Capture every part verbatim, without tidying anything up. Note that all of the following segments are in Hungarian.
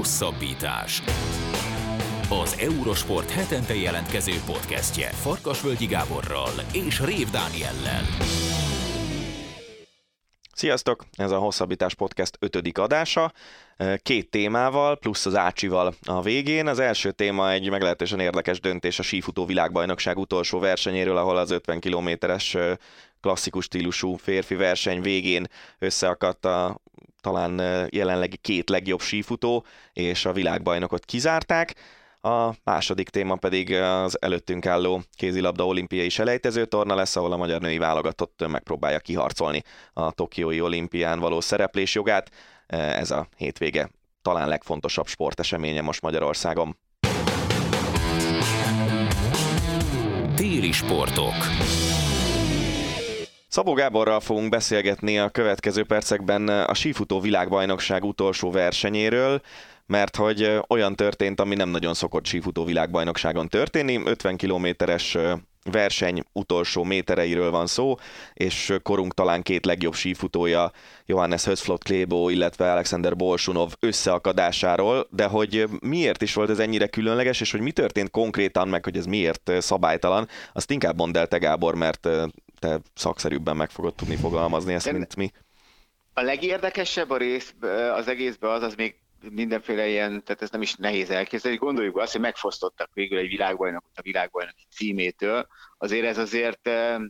Hosszabbítás. Az Eurosport hetente jelentkező podcastje Farkasvölgyi Gáborral és Rév Dániellel. Sziasztok! Ez a Hosszabbítás podcast ötödik adása, két témával, plusz az Ácsival a végén. Az első téma egy meglehetősen érdekes döntés a sífutó világbajnokság utolsó versenyéről, ahol az ötven kilométeres klasszikus stílusú férfi verseny végén összeakadt a talán jelenlegi két legjobb sífutó, és a világbajnokot kizárták. A második téma pedig az előttünk álló kézilabda olimpiai selejtezőtorna lesz, ahol a magyar női válogatott megpróbálja kiharcolni a tokiói olimpián való szereplés jogát. Ez a hétvége talán legfontosabb sporteseménye most Magyarországon. Téli sportok. Szabó Gáborral fogunk beszélgetni a következő percekben a sífutó világbajnokság utolsó versenyéről, mert hogy olyan történt, ami nem nagyon szokott sífutó világbajnokságon történni. ötven kilométeres verseny utolsó métereiről van szó, és korunk talán két legjobb sífutója, Johannes Hösflot Klæbo, illetve Alexander Bolsjunov összeakadásáról, de hogy miért is volt ez ennyire különleges, és hogy mi történt konkrétan, meg hogy ez miért szabálytalan, azt inkább mondd el te, Gábor, mert te szakszerűbben meg fogod tudni fogalmazni ezt, mint mi. A legérdekesebb a rész az egészben az, az még mindenféle ilyen, tehát ez nem is nehéz elképzelni. Gondoljuk azt, hogy megfosztottak végül egy világbajnokot a világbajnoki címétől. Azért ez azért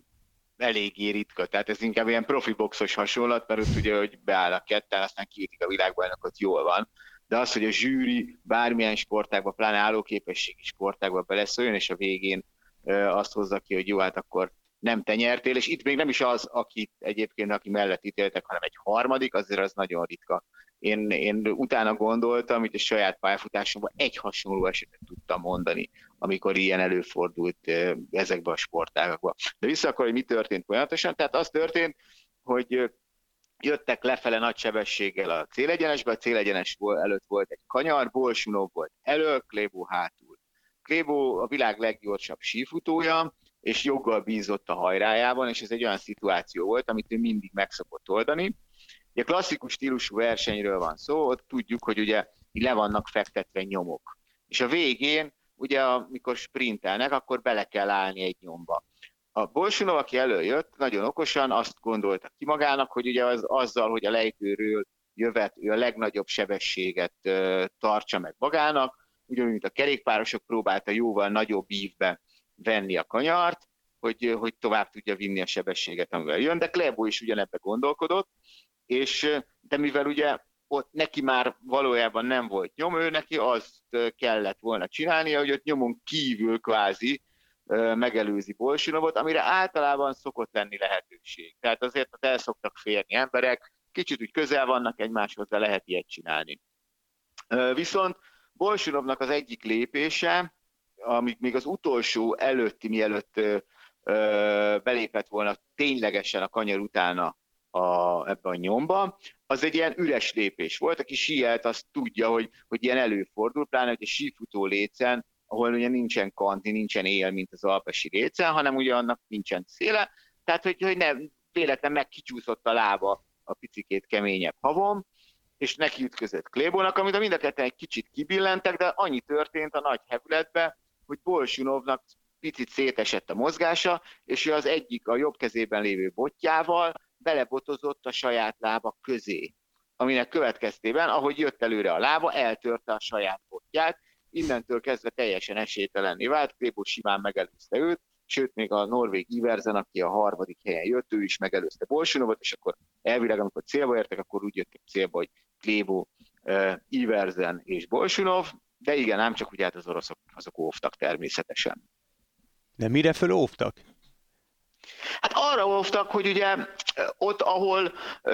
eléggé ritka. Tehát ez inkább ilyen profi boxos hasonlat, mert ott ugye, hogy beállnak ketten, aztán kiütik a világbajnokot, jól van. De az, hogy a zsűri bármilyen sportágba, pláne állóképességi sportágba beleszóljon, és a végén azt hozza ki, hogy jó, hát akkor nem te nyertél, és itt még nem is az, aki egyébként, aki mellett ítéltek, hanem egy harmadik, azért az nagyon ritka. Én, én utána gondoltam, hogy a saját pályafutásomban egy hasonló esetet tudtam mondani, amikor ilyen előfordult ezekben a sportágakban. De vissza akkor, hogy mi történt folyamatosan, tehát az történt, hogy jöttek lefele nagy sebességgel a célegyenesbe, a célegyenes előtt volt egy kanyar, Bolsjunov volt elő, Klæbo hátul. Klæbo a világ leggyorsabb sífutója, és joggal bízott a hajrájában, és ez egy olyan szituáció volt, amit ő mindig meg szokott oldani. Ugye klasszikus stílusú versenyről van szó, ott tudjuk, hogy ugye le vannak fektetve nyomok. És a végén, ugye amikor sprintelnek, akkor bele kell állni egy nyomba. A Bolsjunov, aki előjött, nagyon okosan azt gondolta ki magának, hogy ugye az, azzal, hogy a lejtőről jövet, ő a legnagyobb sebességet uh, tartsa meg magának, ugyanúgy, mint a kerékpárosok próbálta jóval nagyobb ívbe venni a kanyart, hogy, hogy tovább tudja vinni a sebességet, amivel jön, de Klæbo is ugyanebbe gondolkodott, és, de mivel ugye ott neki már valójában nem volt nyom, ő neki azt kellett volna csinálnia, hogy ott nyomon kívül kvázi megelőzi Bolsjunovot, amire általában szokott lenni lehetőség. Tehát azért ott el szoktak férni emberek, kicsit úgy közel vannak egymáshoz, de lehet ilyet csinálni. Viszont Bolsjunovnak az egyik lépése, amíg még az utolsó előtti, mielőtt ö, ö, belépett volna ténylegesen a kanyar utána a, ebbe a nyomba, az egy ilyen üres lépés volt. Aki síelt, az tudja, hogy, hogy ilyen előfordul, pláne, hogy a sífutó lécen, ahol ugye nincsen kanti, nincsen él, mint az alpesi lécen, hanem ugye annak nincsen széle, tehát hogy, hogy nem, véletlen megkicsúszott a lába a picikét keményebb havon, és neki ütközött Klæbónak, amit a mind a ketten egy kicsit kibillentek, de annyi történt a nagy hevületbe, hogy Bolsjunovnak picit szétesett a mozgása, és ő az egyik a jobb kezében lévő botjával belebotozott a saját lába közé, aminek következtében, ahogy jött előre a lába, eltörte a saját botját, innentől kezdve teljesen esélytelenné vált, Klæbo simán megelőzte őt, sőt még a norvég Iversen, aki a harmadik helyen jött, ő is megelőzte Bolsjunovot, és akkor elvileg, amikor célba értek, akkor úgy jöttek célba, hogy Klæbo, uh, Iversen és Bolsjunov, de igen, ám csak ugye hát az oroszok azok óvtak természetesen. De mire föl óvtak? Hát arra óvtak, hogy ugye ott, ahol uh,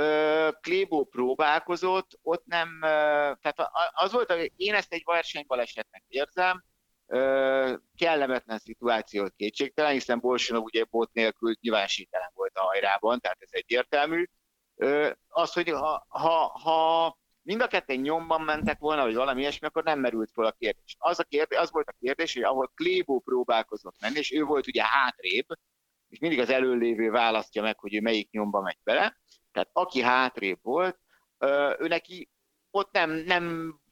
Klæbo próbálkozott, ott nem, uh, tehát az volt, hogy én ezt egy versenybalesetnek érzem, uh, kellemetlen szituáció kétségtelen, hiszen Bolsjunov ugye bot nélkül nyilván síkelen volt a hajrában, tehát ez egyértelmű. Uh, az, hogy ha, ha, ha mind a ketten nyomban mentek volna, vagy valami ilyesmi, akkor nem merült fel a kérdés. Az, a kérdés, az volt a kérdés, hogy ahol Klæbo próbálkozott menni, és ő volt ugye hátrébb, és mindig az előlévő választja meg, hogy ő melyik nyomba megy bele, tehát aki hátrébb volt, ő neki ott nem, nem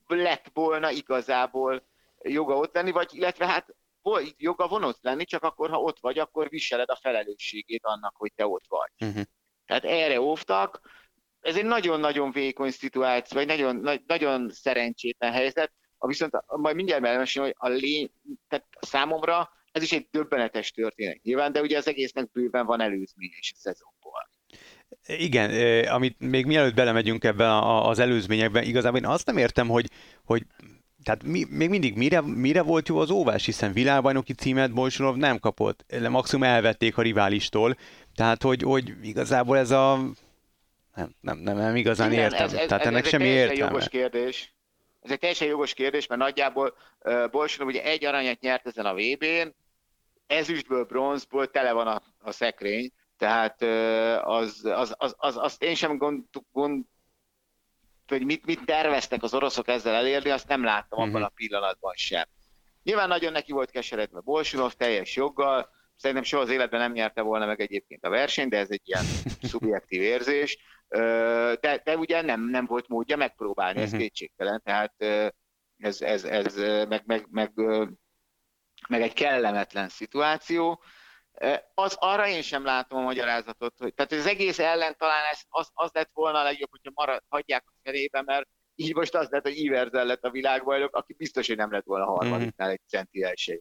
lett volna igazából joga ott lenni, vagy illetve hát volt joga von ott lenni, csak akkor, ha ott vagy, akkor viseled a felelősségét annak, hogy te ott vagy. Uh-huh. Tehát erre óvtak. Ez egy nagyon-nagyon vékony szituáció, vagy nagyon, nagyon szerencsétlen helyzet. A viszont majd mindjárt elmesélem, hogy a lény, tehát számomra ez is egy döbbenetes történet nyilván, de ugye az egésznek bőven van előzménye is a szezonból. Igen, amit még mielőtt belemegyünk ebben az előzményekben, igazából én azt nem értem, hogy, hogy tehát mi, még mindig mire, mire volt jó az óvás, hiszen világbajnoki címet Bolsonov nem kapott, maximum elvették a riválistól, tehát hogy, hogy igazából ez a... Nem, nem, nem, nem igazán Igen, értem, ez, ez, tehát ez, ennek ez semmi egy értelme. Jogos kérdés. Ez egy teljesen jogos kérdés, mert nagyjából uh, Bolsonov ugye egy aranyat nyert ezen a vé bén, ezüstből, bronzból tele van a, a szekrény, tehát uh, az, az, az, az, azt én sem gond, gond hogy mit, mit terveztek az oroszok ezzel elérni, azt nem láttam abban a pillanatban sem. Nyilván nagyon neki volt keseredve Bolsonov, teljes joggal, szerintem soha az életben nem nyerte volna meg egyébként a versenyt, de ez egy ilyen szubjektív érzés. De, de ugye nem, nem volt módja megpróbálni, ez kétségtelen, tehát ez, ez, ez meg, meg, meg, meg egy kellemetlen szituáció. Az, arra én sem látom a magyarázatot, hogy tehát az egész ellen talán ez, az, az lett volna a legjobb, hogyha marad, hagyják a felébe, mert így most az lett, hogy Iversen lett a világbajnok, aki biztos, hogy nem lett volna harmadiknál egy centi elsőjog.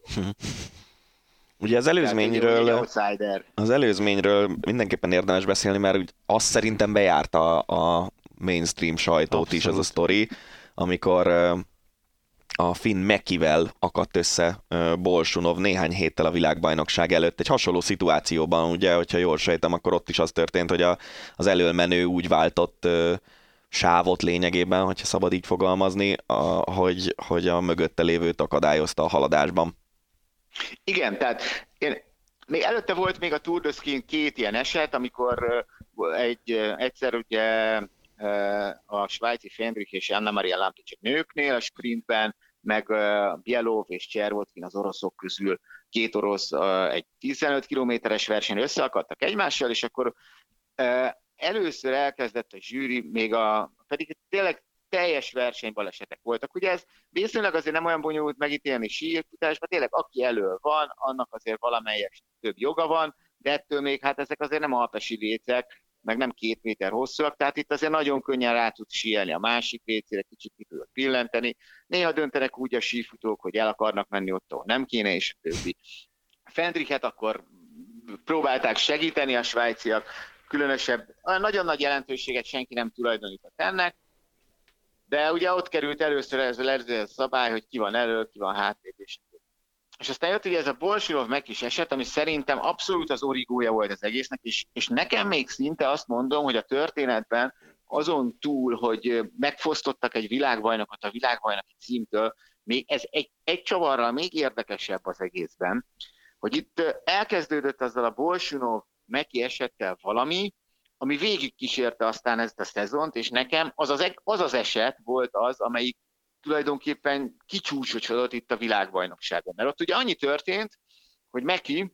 Ugye az előzményről, az előzményről mindenképpen érdemes beszélni, mert azt szerintem bejárta a mainstream sajtót Abszolút. Is az a sztori, amikor a finn Mäkivel akadt össze Bolsonov néhány héttel a világbajnokság előtt. Egy hasonló szituációban, ugye, hogyha jól sejtem, akkor ott is az történt, hogy a, az elölmenő úgy váltott sávot lényegében, hogyha szabad így fogalmazni, a, hogy, hogy a mögötte lévőt akadályozta a haladásban. Igen, tehát én, még előtte volt még a Tour de Ski két ilyen eset, amikor egy, egyszer ugye a svájci Fendrich és Anna Maria Lampiček nőknél a sprintben, meg Bielov és Cservotkin az oroszok közül két orosz egy tizenöt kilométeres versenyen összeakadtak egymással, és akkor először elkezdett a zsűri, még a, pedig tényleg teljes versenybalesetek voltak. Ugye ez viszonylag azért nem olyan bonyolult megítélni sífutásban, tényleg aki elől van, annak azért valamelyes több joga van, de ettől még hát ezek azért nem alpesi lécek, meg nem két méter hosszúak, tehát itt azért nagyon könnyen rá tud síelni a másik lécére, kicsit ki tudod pillenteni. Néha döntenek úgy a sífutók, hogy el akarnak menni ott, ahol nem kéne, és a többi. Fendrichet akkor próbálták segíteni a svájciak, különösebb, nagyon nagy jelentőséget senki nem tulajdonított ennek, de ugye ott került először ez a szabály, hogy ki van elő, ki van hátrébb, és És aztán jött ugye ez a Bolsonov meg is eset, ami szerintem abszolút az origója volt az egésznek, és, és nekem még szinte azt mondom, hogy a történetben azon túl, hogy megfosztottak egy világbajnokot a világbajnoki címtől, még ez egy, egy csavarral még érdekesebb az egészben, hogy itt elkezdődött azzal a Bolsonov Meki esettel valami, ami végig kísérte aztán ezt a szezont, és nekem az az, az, az eset volt az, amelyik tulajdonképpen kicsúcsosodott itt a világbajnokságon. Mert ott ugye annyi történt, hogy Meki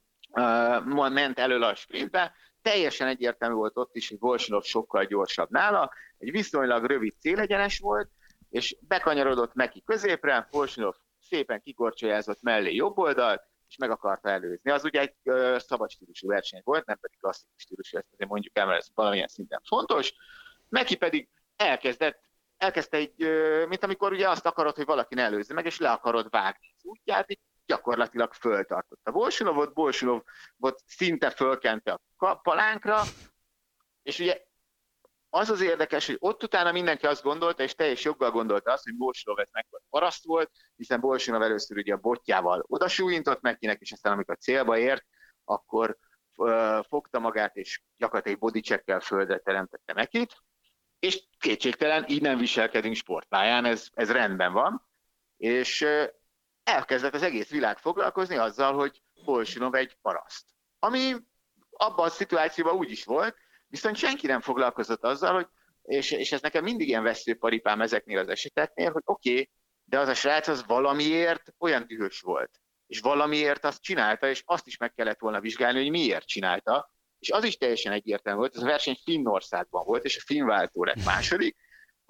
uh, ment elől a sprintbe, teljesen egyértelmű volt ott is, hogy Bolsonov sokkal gyorsabb nála, egy viszonylag rövid célegyenes volt, és bekanyarodott Meki középre, Bolsonov szépen kikorcsolyázott mellé jobb oldalt, és meg akarta előzni. Az ugye egy uh, szabad stílusú verseny volt, nem pedig klasszikus stílusú, ezt azért mondjuk el, mert ez valamilyen szinten fontos. Meki pedig elkezdett elkezdte egy, mint amikor ugye azt akarod, hogy valaki ne előzze meg, és le akarod vágni az útját, így gyakorlatilag föltartotta Bolsonovot, Bolsonovot szinte fölkente a palánkra, és ugye az az érdekes, hogy ott utána mindenki azt gondolta, és teljes joggal gondolta azt, hogy Bolsonov ez meg paraszt volt, hiszen Bolsonov először ugye a botjával odasúlyintott Mekinek, és aztán amikor célba ért, akkor uh, fogta magát, és gyakorlatilag egy bodycheckkel földre teremtette Mekit, és kétségtelen, így nem viselkedünk sportpályán, ez, ez rendben van, és elkezdett az egész világ foglalkozni azzal, hogy Bolsonov egy paraszt. Ami abban a szituációban úgy is volt, viszont senki nem foglalkozott azzal, hogy, és, és ez nekem mindig ilyen veszőparipám ezeknél az eseteknél, hogy oké, okay, de az a srác az valamiért olyan dühös volt, és valamiért azt csinálta, és azt is meg kellett volna vizsgálni, hogy miért csinálta, és az is teljesen egyértelmű volt, ez a verseny Finnországban volt, és a finn váltó lett második,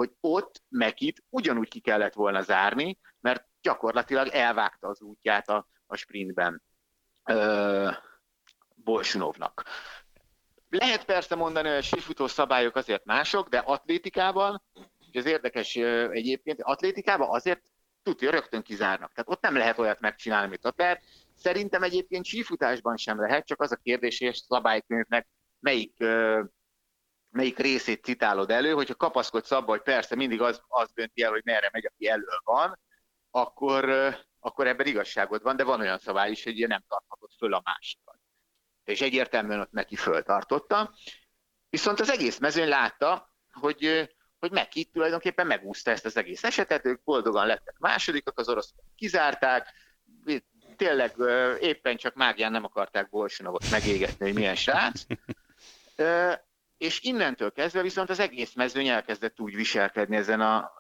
hogy ott Mekit ugyanúgy ki kellett volna zárni, mert gyakorlatilag elvágta az útját a, a sprintben ö, Bolsunovnak. Lehet persze mondani, hogy a sífutó szabályok azért mások, de atlétikában, és ez érdekes egyébként, atlétikában azért tudja, rögtön kizárnak. Tehát ott nem lehet olyat megcsinálni, amit ott lehet. Szerintem egyébként sífutásban sem lehet, csak az a kérdés, hogy a szabálykönyvnek melyik, melyik részét citálod elő, hogyha kapaszkodsz abba, hogy persze mindig az, az dönti el, hogy merre megy, aki elől van, akkor, akkor ebben igazságod van, de van olyan szabály is, hogy nem tarthatod föl a másikat. És egyértelműen ott Meki föltartotta. Viszont az egész mezőny látta, hogy, hogy Meki tulajdonképpen megúszta ezt az egész esetet, ők boldogan lettek másodikak, az oroszok kizárták, tényleg éppen csak mágián nem akarták Bolsunovot megégetni, hogy milyen srác. És innentől kezdve viszont az egész mezőny elkezdett úgy viselkedni ezen a,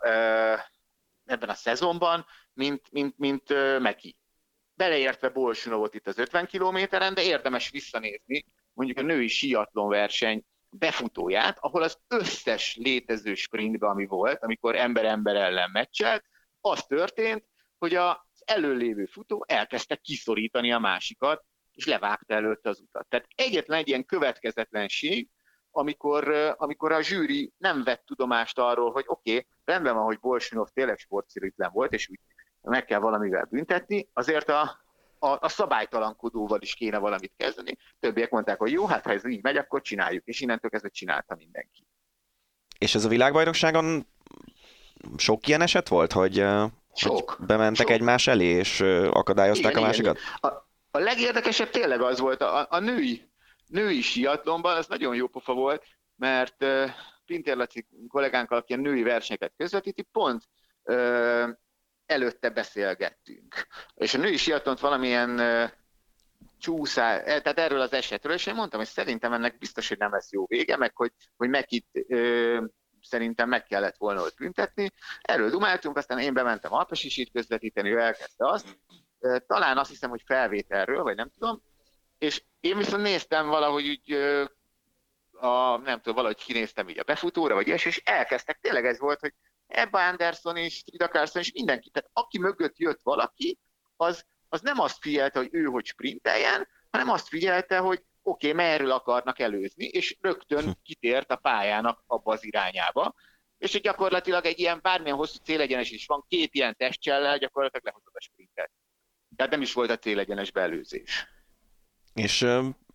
ebben a szezonban, mint, mint, mint Meki. Beleértve Bolsunovot itt az ötven kilométeren, de érdemes visszanézni mondjuk a női síatlon verseny befutóját, ahol az összes létező sprintben, ami volt, amikor ember-ember ellen meccselt, az történt, hogy az előlévő futó elkezdte kiszorítani a másikat, és levágta előtte az utat. Tehát egyetlen egy ilyen következetlenség, amikor, amikor a zsűri nem vett tudomást arról, hogy oké, okay, rendben van, hogy Bolsunov tényleg sportszirítlen volt, és úgy meg kell valamivel büntetni, azért a, a, a szabálytalankodóval is kéne valamit kezdeni. Többiek mondták, hogy jó, hát ha ez így megy, akkor csináljuk, és innentől kezdve csinálta mindenki. És ez a világbajnokságon sok ilyen eset volt, hogy, sok, hogy bementek sok. egymás elé, és akadályozták igen, a másikat? Igen. A, a legérdekesebb tényleg az volt, a, a női, női síatlonban, az nagyon jó pofa volt, mert uh, Pintér Laci kollégánkkal, aki a női versenyeket közvetíti, pont uh, előtte beszélgettünk. És a női síatlont valamilyen uh, csúszás, tehát erről az esetről, és én mondtam, hogy szerintem ennek biztos, hogy nem lesz jó vége, meg hogy, hogy Mekit uh, szerintem meg kellett volna ott büntetni. Erről dumáltunk, aztán én bementem Alpesisit közvetíteni, ő elkezdte azt. Uh, talán azt hiszem, hogy felvételről, vagy nem tudom, és én viszont néztem valahogy úgy, uh, a, nem tudom, valahogy kinéztem így a befutóra, vagy ilyes, és elkezdtek, tényleg ez volt, hogy Ebba Anderson és Frida Karlsson és mindenki. Tehát aki mögött jött valaki, az, az nem azt figyelte, hogy ő hogy sprinteljen, hanem azt figyelte, hogy oké, okay, merről akarnak előzni, és rögtön kitért a pályának abba az irányába. És hogy gyakorlatilag egy ilyen bármilyen hosszú célegyenes is van, két ilyen testcsellel gyakorlatilag lehozod a sprintet. Tehát nem is volt a célegyenes beelőzés. És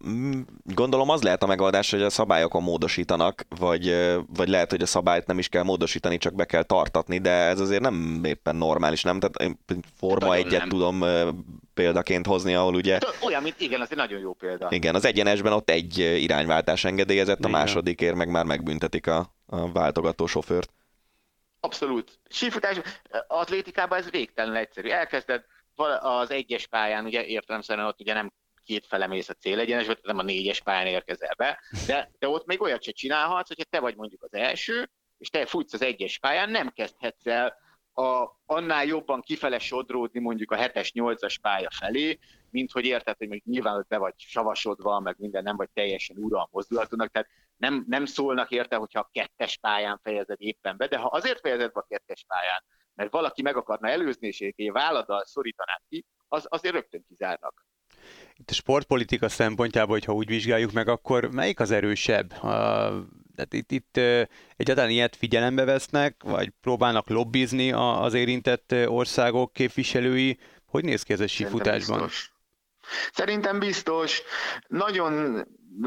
gondolom az lehet a megoldás, hogy a szabályokon módosítanak, vagy, vagy lehet, hogy a szabályt nem is kell módosítani, csak be kell tartatni, de ez azért nem éppen normális, nem? Tehát én Forma egyet nem tudom példaként hozni, ahol ugye... Olyan, mint igen, az egy nagyon jó példa. Igen, az egyenesben ott egy irányváltás engedélyezett, a másodikért meg már megbüntetik a, a váltogató sofőrt. Abszolút. Sífutás, atlétikában ez végtelen egyszerű. Elkezded az egyes pályán, ugye értelemszerűen ott ugye nem kétfele mész a célegyenesbe, tehát nem a négyes pályán érkezel be, de, de ott még olyat se csinálhatsz, hogyha te vagy mondjuk az első, és te futsz az egyes pályán, nem kezdhetsz el a, annál jobban kifele sodródni mondjuk a hetes, nyolcas pálya felé, mint hogy érted, hogy mondjuk nyilván be vagy savasodva, meg minden nem vagy teljesen ura a mozdulatodnak, tehát nem, nem szólnak érte, hogyha a kettes pályán fejezed éppen be, de ha azért fejezed be a kettes pályán, mert valaki meg akarna előzni, és egy válladdal szorítanád ki, az, azért rögtön kizárnak. Itt a sportpolitika szempontjából, hogyha úgy vizsgáljuk meg, akkor melyik az erősebb? Tehát itt, itt egyáltalán ilyet figyelembe vesznek, vagy próbálnak lobbizni az érintett országok képviselői? Hogy néz ki ez a sífutásban? Biztos. Szerintem biztos. Nagyon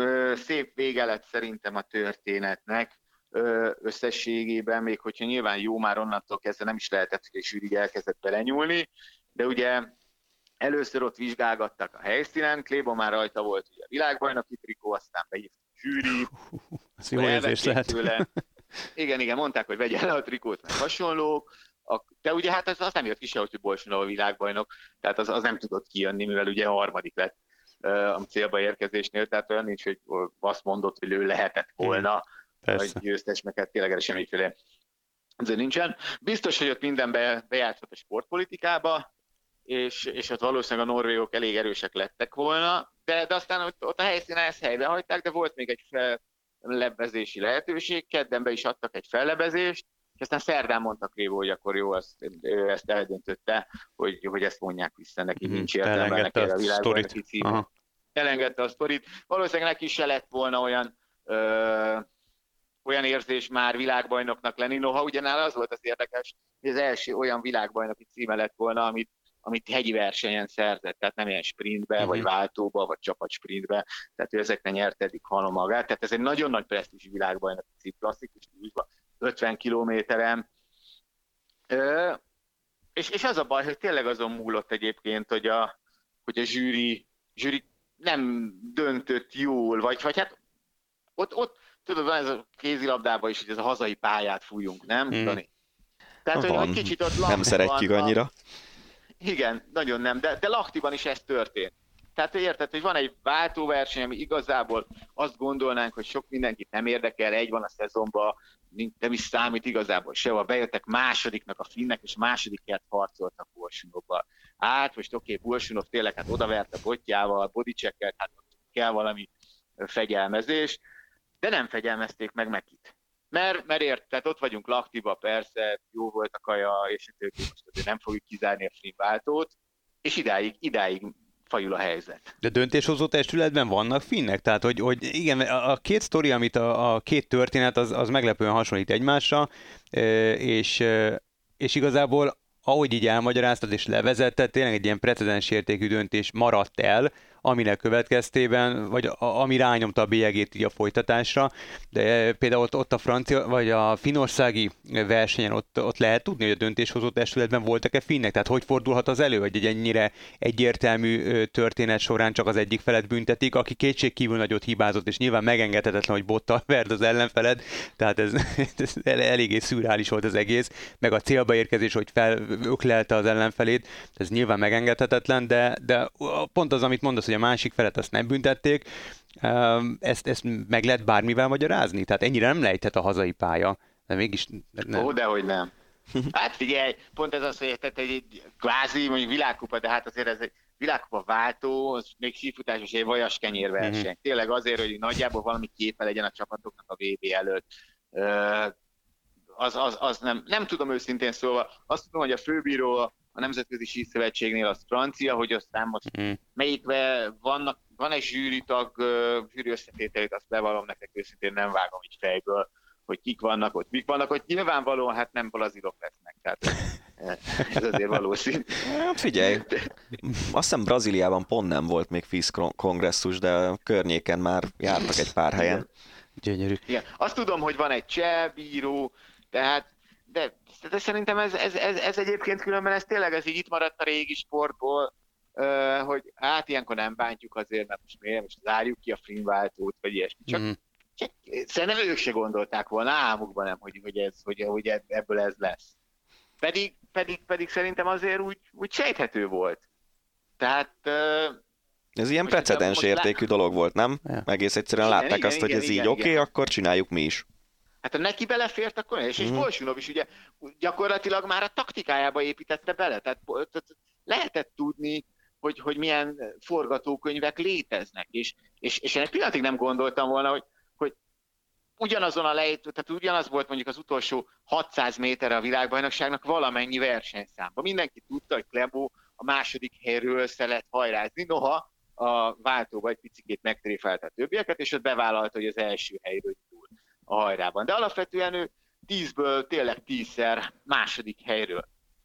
szép vége lett szerintem a történetnek összességében, még hogyha nyilván jó már onnantól kezdve nem is lehetett, hogy a zsűri elkezdett belenyúlni, de ugye először ott vizsgálgattak a helyszínen, Klébo már rajta volt ugye a világbajnoki trikó, aztán behívta a zsűri. Ez jó érzés lehet. Tőle. Igen, igen, mondták, hogy vegye le a trikót, meg hasonlók. De ugye hát az, az nem jött ki se, hogy Bolsunov a világbajnok, tehát az, az nem tudott kijönni, mivel ugye a harmadik lett a célba érkezésnél, tehát olyan nincs, hogy azt mondott, hogy ő lehetett volna, vagy győztes, meg hát tényleg erre semmiféle azért nincsen. Biztos, hogy ott minden be, bejátszott a sportpolitikába, és, és ott valószínűleg a norvégok elég erősek lettek volna, de, de aztán ott, ott a helyszínen ezt helybe hagyták, de volt még egy fellebbezési lehetőség, kedden be is adtak egy fellebezést, és aztán szerdán mondta Krévo, hogy akkor jó, azt, ő ezt eldöntötte, hogy, hogy ezt mondják vissza, neki mm, nincs értelme, neki a világbajnoki cím. Elengedte a sztorit. Valószínűleg neki se lett volna olyan, ö, olyan érzés már világbajnoknak lenni, noha ugyanáll az volt az érdekes, hogy az első olyan világbajnoki címe lett volna, amit amit hegyi versenyen szerzett, tehát nem ilyen sprintbe, uh-huh. vagy váltóba, vagy csapatsprintbe, tehát ő ezekre nyert eddig halom magát, tehát ez egy nagyon nagy presztízsű világbajnoki cím, klasszikus tízusban, ötven kilométeren, Ö, és, és az a baj, hogy tényleg azon múlott egyébként, hogy a, hogy a zsűri, zsűri nem döntött jól, vagy, vagy hát ott, ott tudod, van ez a kézilabdában is, hogy ez a hazai pályát fújunk, nem, hmm. Dani? Tehát, hogy, hogy kicsit ott nem szeretjük annyira. A, igen, nagyon nem, de, de Lahtiban is ez történt. Tehát érted, hogy van egy váltóverseny, ami igazából azt gondolnánk, hogy sok mindenkit nem érdekel, egy van a szezonban, nem is számít igazából sehova. Bejöttek másodiknak a finnek, és másodikért harcoltak Bolsunovval. Hát most oké, okay, Bolsunov tényleg hát odaverte botjával, bodycheckelt, hát kell valami fegyelmezés, de nem fegyelmezték meg Mekit. Mert, mert ért, tehát ott vagyunk Lahtiba, persze, jó volt a kaja, és a többi, most azért nem fogjuk kizárni a finváltót, és idáig, idáig fajul a helyzet. De döntéshozó testületben vannak finnek? Tehát, hogy, hogy igen, a két sztori, amit a, a két történet, az, az meglepően hasonlít egymásra, és, és igazából, ahogy így elmagyaráztad és levezetted, tényleg egy ilyen precedens értékű döntés maradt el, aminek következtében, vagy a, ami rányomta a bélyegét így a folytatásra, de például ott, ott a francia, vagy a finnországi versenyen ott, ott lehet tudni, hogy a döntéshozó testületben voltak-e finnek? Tehát hogy fordulhat az elő, hogy egy ennyire egyértelmű történet során csak az egyik felet büntetik, aki kétségkívül nagyot hibázott, és nyilván megengedhetetlen, hogy bottal verd az ellenfeled, tehát ez, ez eléggé szürreális volt az egész, meg a célba érkezés, hogy felöklelte az ellenfelét, ez nyilván megengedhetetlen, de, de pont az, amit mondasz, hogy a másik felet azt nem büntették, ezt, ezt meg lehet bármivel magyarázni? Tehát ennyire nem lejthet a hazai pálya, de mégis... Nem. Ó, dehogy nem. Hát figyelj, pont ez az, hogy tehát egy kvázi, mondjuk világkupa, de hát azért ez egy világkupa váltó, az még sífutás és egy vajas kenyérverseny. Mm-hmm. Tényleg azért, hogy nagyjából valami képe legyen a csapatoknak a vé bé előtt. Az, az, az nem, nem tudom őszintén szólva. Azt tudom, hogy a főbíró a Nemzetközi Síszövetségnél az francia, hogy aztán most mm. melyikbe vannak, van egy zsűritag, zsűri összetételét, azt bevallom nektek őszintén, nem vágom így fejből, hogy kik vannak ott, mik vannak, hogy nyilvánvalóan hát nem brazilok lesznek, tehát ez azért valószínű. Figyelj, azt hiszem Brazíliában pont nem volt még FISZ kongresszus, de a környéken már jártak egy pár helyen. Gyönyörű. Igen. Azt tudom, hogy van egy cseh bíró, tehát De, de szerintem ez, ez, ez, ez egyébként különben ez tényleg ez így itt maradt a régi sportból, uh, hogy hát ilyenkor nem bántjuk azért, mert most miért, most zárjuk ki a filmváltót, vagy ilyesmi. Csak, mm. csak szerintem ők se gondolták volna álmukban nem, hogy, hogy, ez, hogy, hogy ebből ez lesz. Pedig, pedig, pedig szerintem azért úgy, úgy sejthető volt. Tehát... Uh, ez ilyen precedens értékű lá... dolog volt, nem? Ja. Egész egyszerűen igen, látták igen, azt, igen, hogy ez igen, így oké, okay, akkor csináljuk mi is. Hát ha neki belefért, akkor és, mm. és Bolsunov is ugye gyakorlatilag már a taktikájába építette bele. Tehát lehetett tudni, hogy, hogy milyen forgatókönyvek léteznek. És, és, és én egy pillanatig nem gondoltam volna, hogy, hogy ugyanazon a lejtő, tehát ugyanaz volt mondjuk az utolsó hatszáz méterre a világbajnokságnak valamennyi versenyszámban. Mindenki tudta, hogy Klembo a második helyről össze lehet hajrázni, noha a váltóba egy picikét megtréfált a többieket, és ott bevállalta, hogy az első helyről indul a hajrában. De alapvetően ő tízből tényleg tízszer második helyről.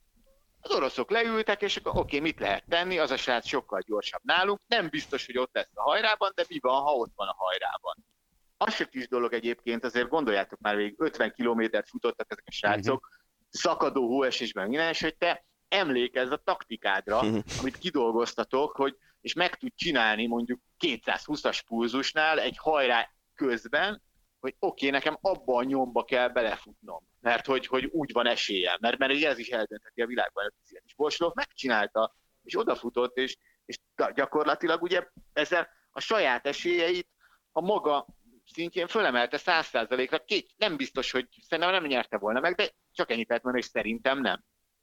Az oroszok leültek, és akkor oké, okay, mit lehet tenni, az a srác sokkal gyorsabb nálunk, nem biztos, hogy ott lesz a hajrában, de mi van, ha ott van a hajrában. Az se kis dolog egyébként, azért gondoljátok már végig, ötven kilométert futottak ezek a srácok, uh-huh. szakadó hóesésben minden, és hogy te emlékezz a taktikádra, uh-huh. amit kidolgoztatok, hogy, és meg tud csinálni mondjuk kétszázhúszas pulzusnál egy hajrá közben, hogy oké, okay, nekem abba a nyomba kell belefutnom, mert hogy, hogy úgy van esélyem, mert, mert ez is eldöntheti a világban. És Bolsunov megcsinálta, és odafutott, és, és gyakorlatilag ugye ezzel a saját esélyeit a maga szintjén fölemelte száz százalékra. Két, nem biztos, hogy szerintem nem nyerte volna meg, de csak ennyit lehet mondani, és szerintem nem.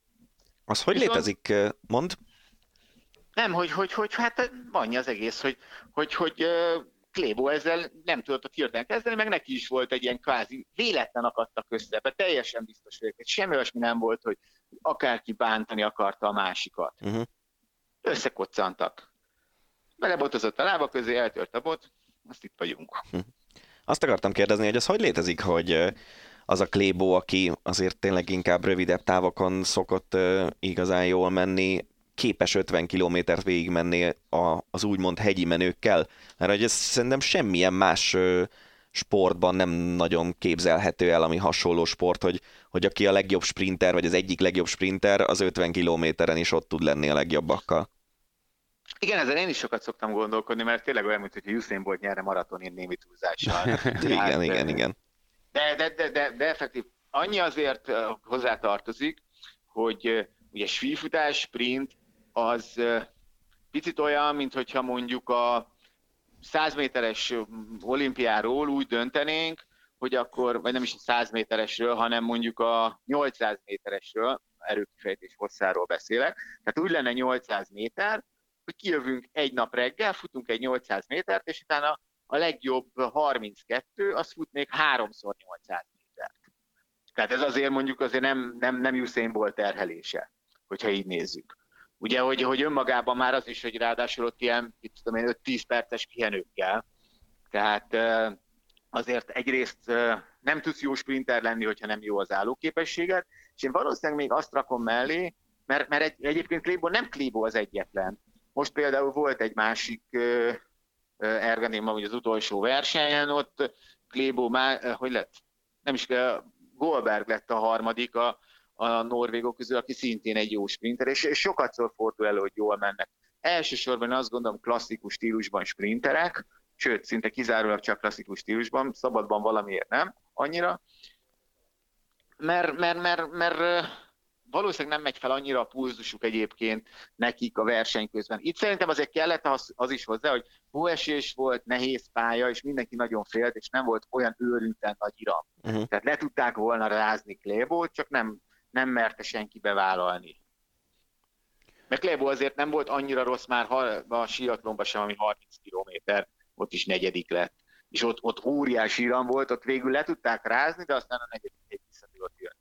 Az hogy Viszont, létezik, mond? Nem, hogy, hogy, hogy hát annyi az egész, hogy, hogy, hogy Klébo ezzel nem tudott ott hirtelen kezdeni, meg neki is volt egy ilyen kvázi véletlen akadtak össze, de teljesen biztos vagyok, hogy semmi olyasmi nem volt, hogy akárki bántani akarta a másikat. Uh-huh. Összekoccantak. Belebotozott a lába közé, eltört a bot, azt itt vagyunk. Uh-huh. Azt akartam kérdezni, hogy az hogy létezik, hogy az a Klébo, aki azért tényleg inkább rövidebb távokon szokott igazán jól menni, képes ötven kilométert végigmenni a, az úgymond hegyi menőkkel? Mert hogy ez szerintem semmilyen más sportban nem nagyon képzelhető el, ami hasonló sport, hogy, hogy aki a legjobb sprinter, vagy az egyik legjobb sprinter, az ötven kilométeren is ott tud lenni a legjobbakkal. Igen, ezzel én is sokat szoktam gondolkodni, mert tényleg olyan, mint hogy Usain Bolt nyerne maratonin némi túlzással. igen, hát, igen, igen. De, de, de, de, de effektív, annyi azért hozzátartozik, hogy ugye sífutás, sprint, az picit olyan, mint hogyha mondjuk a száz méteres olimpiáról úgy döntenénk, hogy akkor, vagy nem is a száz méteresről, hanem mondjuk a nyolcszáz méteresről, erőkifejtés hosszáról beszélek, tehát úgy lenne nyolcszáz méter, hogy kijövünk egy nap reggel, futunk egy nyolcszáz métert, és utána a legjobb harminckettő, az fut még háromszor nyolcszáz métert. Tehát ez azért mondjuk azért nem, nem, nem Usain Bolt terhelése, hogyha így nézzük. Ugye, hogy, hogy önmagában már az is, hogy ráadásul ott ilyen öt-tíz perces pihenőkkel. Tehát azért egyrészt nem tudsz jó sprinter lenni, hogyha nem jó az állóképességed, és én valószínűleg még azt rakom mellé, mert, mert egy, egyébként Klébo nem Klébo az egyetlen. Most például volt egy másik Erganém, ahogy az utolsó versenyen, ott Klébo már, hogy lett? Nem is, Goldberg lett a harmadik a, a norvégok közül, aki szintén egy jó sprinter, és, és sokatszor fordul elő, hogy jól mennek. Elsősorban azt gondolom klasszikus stílusban sprinterek, sőt, szinte kizárólag csak klasszikus stílusban, szabadban valamiért nem annyira, mert, mert, mert, mert valószínűleg nem megy fel annyira a pulzusuk egyébként nekik a verseny közben. Itt szerintem azért kellett az, az is hozzá, hogy hóesés volt, nehéz pálya, és mindenki nagyon félt, és nem volt olyan őrülten nagy iram. Uh-huh. Tehát le tudták volna rázni Klébót, csak nem, nem merte senki bevállalni. Mert Klébo azért nem volt annyira rossz már a síatlonban sem, ami harminc kilométer, ott is negyedik lett. És ott, ott óriási iram volt, ott végül le tudták rázni, de aztán a negyedik egy vissza tudott jönni.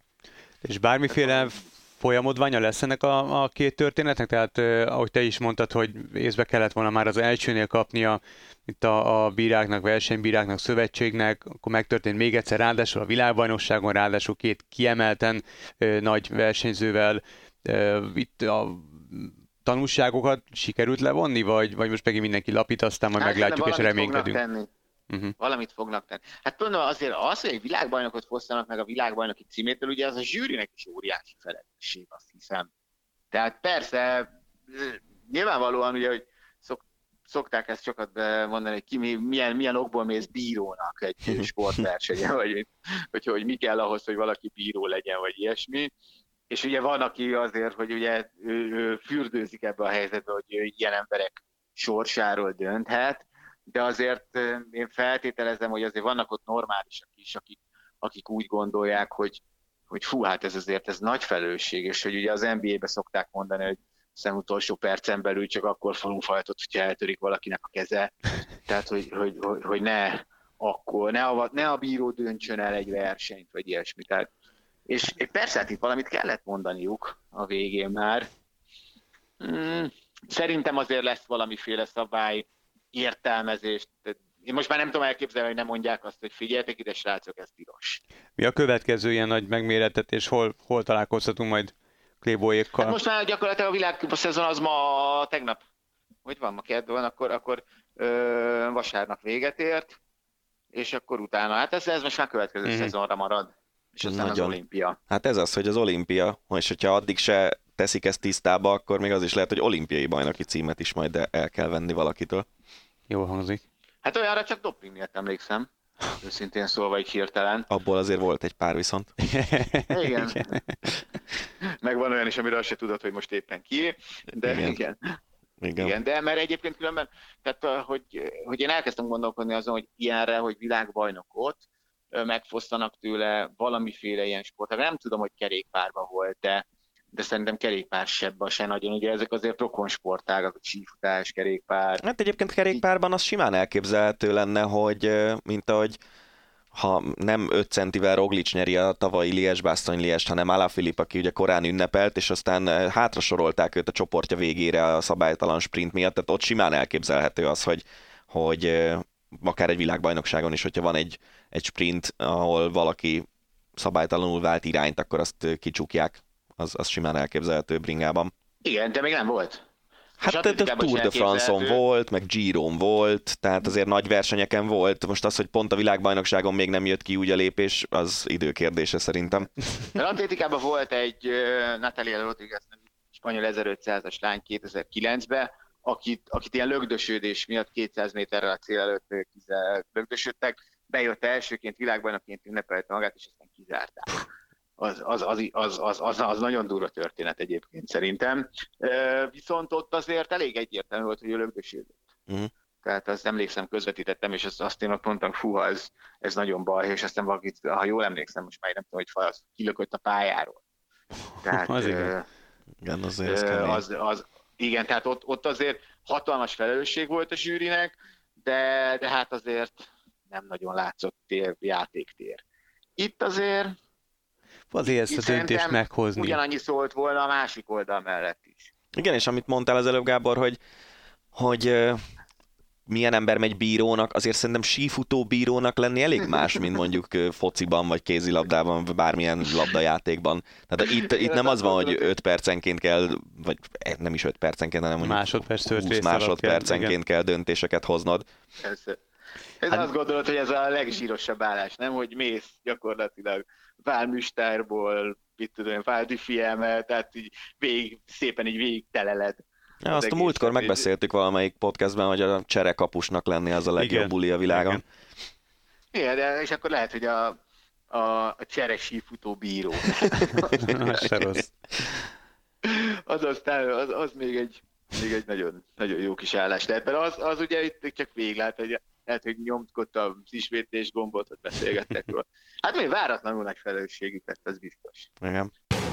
És bármiféle folyamodványa lesz ennek a, a két történetnek? Tehát eh, ahogy te is mondtad, hogy észbe kellett volna már az elsőnél kapnia itt a, a bíráknak, versenybíráknak, szövetségnek, akkor megtörtént még egyszer, ráadásul a világbajnokságon, ráadásul két kiemelten eh, nagy versenyzővel. Eh, itt a tanulságokat sikerült levonni, vagy, vagy most megint mindenki lapít, aztán majd hát, meglátjuk és reménykedünk? Uh-huh. Valamit fognak tenni. Hát tudom, azért az, hogy egy világbajnokot fosztanak meg a világbajnoki címétől, ugye az a zsűrinek is óriási felelősség, azt hiszem. Tehát persze, nyilvánvalóan ugye, hogy szok, szokták ezt sokat mondani, hogy ki milyen, milyen okból mész bírónak egy sportversenyen, vagy hogy, hogy mi kell ahhoz, hogy valaki bíró legyen, vagy ilyesmi. És ugye van, aki azért, hogy ugye ő, ő fürdőzik ebbe a helyzetbe, hogy ő ilyen emberek sorsáról dönthet, de azért én feltételezem, hogy azért vannak ott normálisak is, akik, akik úgy gondolják, hogy, hogy fú, hát ez azért ez nagy felelősség, és hogy ugye az en bé á-ben szokták mondani, hogy szem utolsó percen belül csak akkor fogunk fajtot, hogyha eltörik valakinek a keze. Tehát, hogy, hogy, hogy, hogy ne akkor, ne a, ne a bíró döntsön el egy versenyt, vagy ilyesmi. Tehát, és persze, hát itt valamit kellett mondaniuk a végén már. Hmm, szerintem azért lesz valamiféle szabály, értelmezést. Én most már nem tudom elképzelni, hogy nem mondják azt, hogy figyeljetek ide, srácok, ez tilos. Mi a következő ilyen nagy megmérettetés? Hol, hol találkozhatunk majd Klébóékkal? Hát most már gyakorlatilag a világkupa szezon az ma tegnap, hogy van, ma kedd van, akkor, akkor ö, vasárnap véget ért, és akkor utána, hát ez, ez most már következő mm-hmm. szezonra marad, és aztán Nagyon. Az olimpia. Hát ez az, hogy az olimpia, és hogyha addig se teszik ezt tisztába, akkor még az is lehet, hogy olimpiai bajnoki címet is majd el kell venni valakitől. Jól hangzik. Hát olyanra csak doping miatt emlékszem. Őszintén szólva így hirtelen. Abból azért volt egy pár viszont. Igen. Meg van olyan is, amiről azt se tudod, hogy most éppen ki. De igen. Igen. igen. igen. De mert egyébként különben, tehát hogy, hogy én elkezdtem gondolkodni azon, hogy ilyenre, hogy világbajnokot megfosztanak tőle valamiféle ilyen sport. Nem tudom, hogy kerékpárban volt, de de szerintem kerékpár sebb se nagyon, ugye ezek azért rokonsportágak, sífutás, kerékpár. Hát egyébként kerékpárban az simán elképzelhető lenne, hogy mint ahogy ha nem öt centivel Roglic nyeri a tavalyi Liège-Bastogne-Liège-t, hanem Alaphilippe, aki ugye korán ünnepelt, és aztán hátra sorolták őt a csoportja végére a szabálytalan sprint miatt, tehát ott simán elképzelhető az, hogy, hogy akár egy világbajnokságon is, hogyha van egy, egy sprint, ahol valaki szabálytalanul vált irányt, akkor azt kicsukják. Az, az simán elképzelhető bringában. Igen, de még nem volt. Hát a Tour de France-on volt, meg Giron volt, tehát azért nagy versenyeken volt. Most az, hogy pont a világbajnokságon még nem jött ki úgy a lépés, az időkérdése szerintem. A atlétikában volt egy uh, Natalia Rodriguez, spanyol ezerötszázas lány kétezer-kilencben, akit, akit ilyen lögdösödés miatt kétszáz méterrel a cél előtt lögdösödtek, bejött elsőként, világbajnokként ünnepelte magát, és aztán kizárták. Az, az, az, az, az, az, az nagyon durva történet egyébként szerintem. Viszont ott azért elég egyértelmű volt, hogy ő lögdösödött. Uh-huh. Tehát azt emlékszem, közvetítettem, és azt, azt én mondtam, fú, ez, ez nagyon baj, és aztán valakit, ha jól emlékszem, most már nem tudom, hogy az kilökött a pályáról. Tehát, az igen. Igen, azért az, az, igen, tehát ott, ott azért hatalmas felelősség volt a zsűrinek, de, de hát azért nem nagyon látszott tér, játéktér. Itt azért azért ezt a döntést meghozni. Ugyanannyi szólt volna a másik oldal mellett is. Igen, és amit mondtál az előbb, Gábor, hogy, hogy uh, milyen ember megy bírónak, azért szerintem sífutó bírónak lenni elég más, mint mondjuk uh, fociban, vagy kézilabdában, vagy bármilyen labdajátékban. Tehát itt, itt nem az van, hogy öt percenként kell, vagy nem is öt percenként, hanem mondjuk másodperc húsz másodpercenként kell, kell döntéseket hoznod. Persze. Ez hát, azt gondolod, hogy ez a legsírosabb állás, nem? Hogy mész gyakorlatilag Válmüstárból, mit tudom, Váldifieme, tehát így végig, szépen így végig teleled. Ja, azt a múltkor megbeszéltük valamelyik podcastben, hogy a cserekapusnak lenni az a legjobb igen, buli a világon. Igen, de, és akkor lehet, hogy a, a, a csere sífutó bíró. Az se rossz. Az aztán, az, az még egy, még egy nagyon, nagyon jó kis állás lehet, mert az, az ugye itt csak véglát, hogy lehet, hogy nyomkodta az ismétlés gombot, hogy beszélgettek róla. Hát még váratlanul nagy felelősségük lett, az biztos. Igen.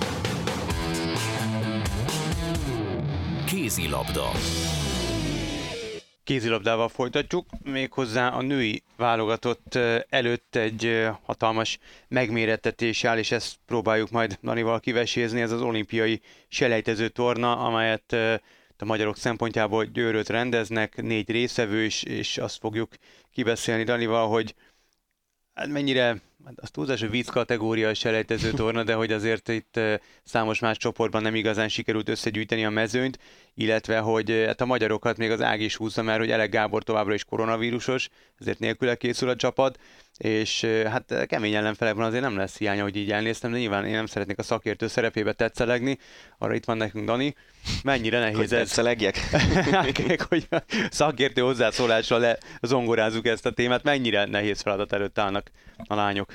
Kézilabda. Kézilabdával folytatjuk, méghozzá a női válogatott előtt egy hatalmas megmérettetés áll, és ezt próbáljuk majd Danival kivesézni, ez az olimpiai selejtező torna, amelyet a magyarok szempontjából Győröt rendeznek, négy részevő is, és azt fogjuk kibeszélni Danival, hogy mennyire, az túlzás, hogy víz kategória a selejtező torna, de hogy azért itt számos más csoportban nem igazán sikerült összegyűjteni a mezőnyt, illetve hogy hát a magyarokat még az ág is húzza, mert hogy Elek Gábor továbbra is koronavírusos, ezért nélküle készül a csapat, és hát kemény ellenfelek van, azért nem lesz hiánya, hogy így elnéztem, de nyilván én nem szeretnék a szakértő szerepébe tetszelegni, arra itt van nekünk Dani. Mennyire nehéz hogy ez? tetszelegjek? Hogy szakértő hozzászólással lezongorázzuk ezt a témát, mennyire nehéz feladat előtt állnak a lányok?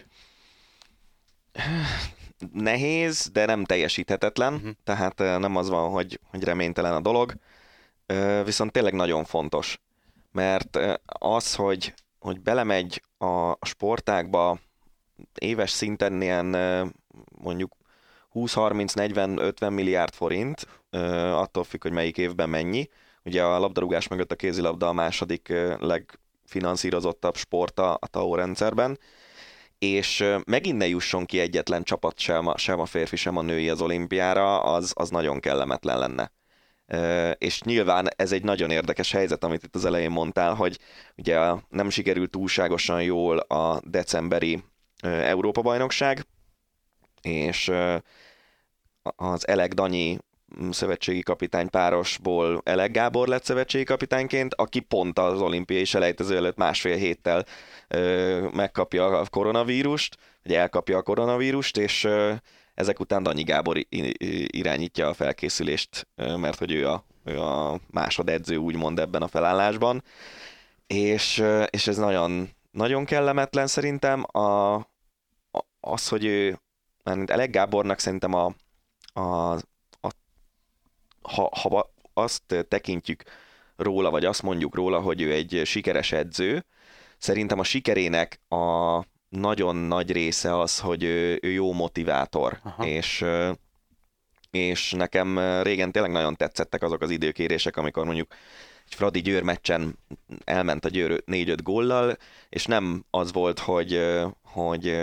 Nehéz, de nem teljesíthetetlen, uh-huh. tehát nem az van, hogy, hogy reménytelen a dolog, viszont tényleg nagyon fontos, mert az, hogy, hogy belemegy a sportágba éves szinten ilyen mondjuk húsz harminc negyven ötven milliárd forint, attól függ, hogy melyik évben mennyi. Ugye a labdarúgás mögött a kézilabda a második legfinanszírozottabb sport a té á o rendszerben, és megint ne jusson ki egyetlen csapat sem a, sem a férfi, sem a női az olimpiára, az, az nagyon kellemetlen lenne. És nyilván ez egy nagyon érdekes helyzet, amit itt az elején mondtál, hogy ugye nem sikerült túlságosan jól a decemberi Európa-bajnokság, és az Elek Danyi szövetségi kapitány párosból Elek Gábor lett szövetségi kapitányként, aki pont az olimpiai selejtező előtt másfél héttel ö, megkapja a koronavírust, vagy elkapja a koronavírust, és ö, ezek után Danyi Gábor irányítja a felkészülést, ö, mert hogy ő a, ő a másodedző úgymond ebben a felállásban, és, ö, és ez nagyon, nagyon kellemetlen szerintem. A, a, az, hogy ő, mert Elek Gábornak szerintem a, a Ha, ha azt tekintjük róla, vagy azt mondjuk róla, hogy ő egy sikeres edző, szerintem a sikerének a nagyon nagy része az, hogy ő, ő jó motivátor, és, és nekem régen tényleg nagyon tetszettek azok az időkérések, amikor mondjuk egy Fradi Győr meccsen elment a Győr négy-öt góllal, és nem az volt, hogy, hogy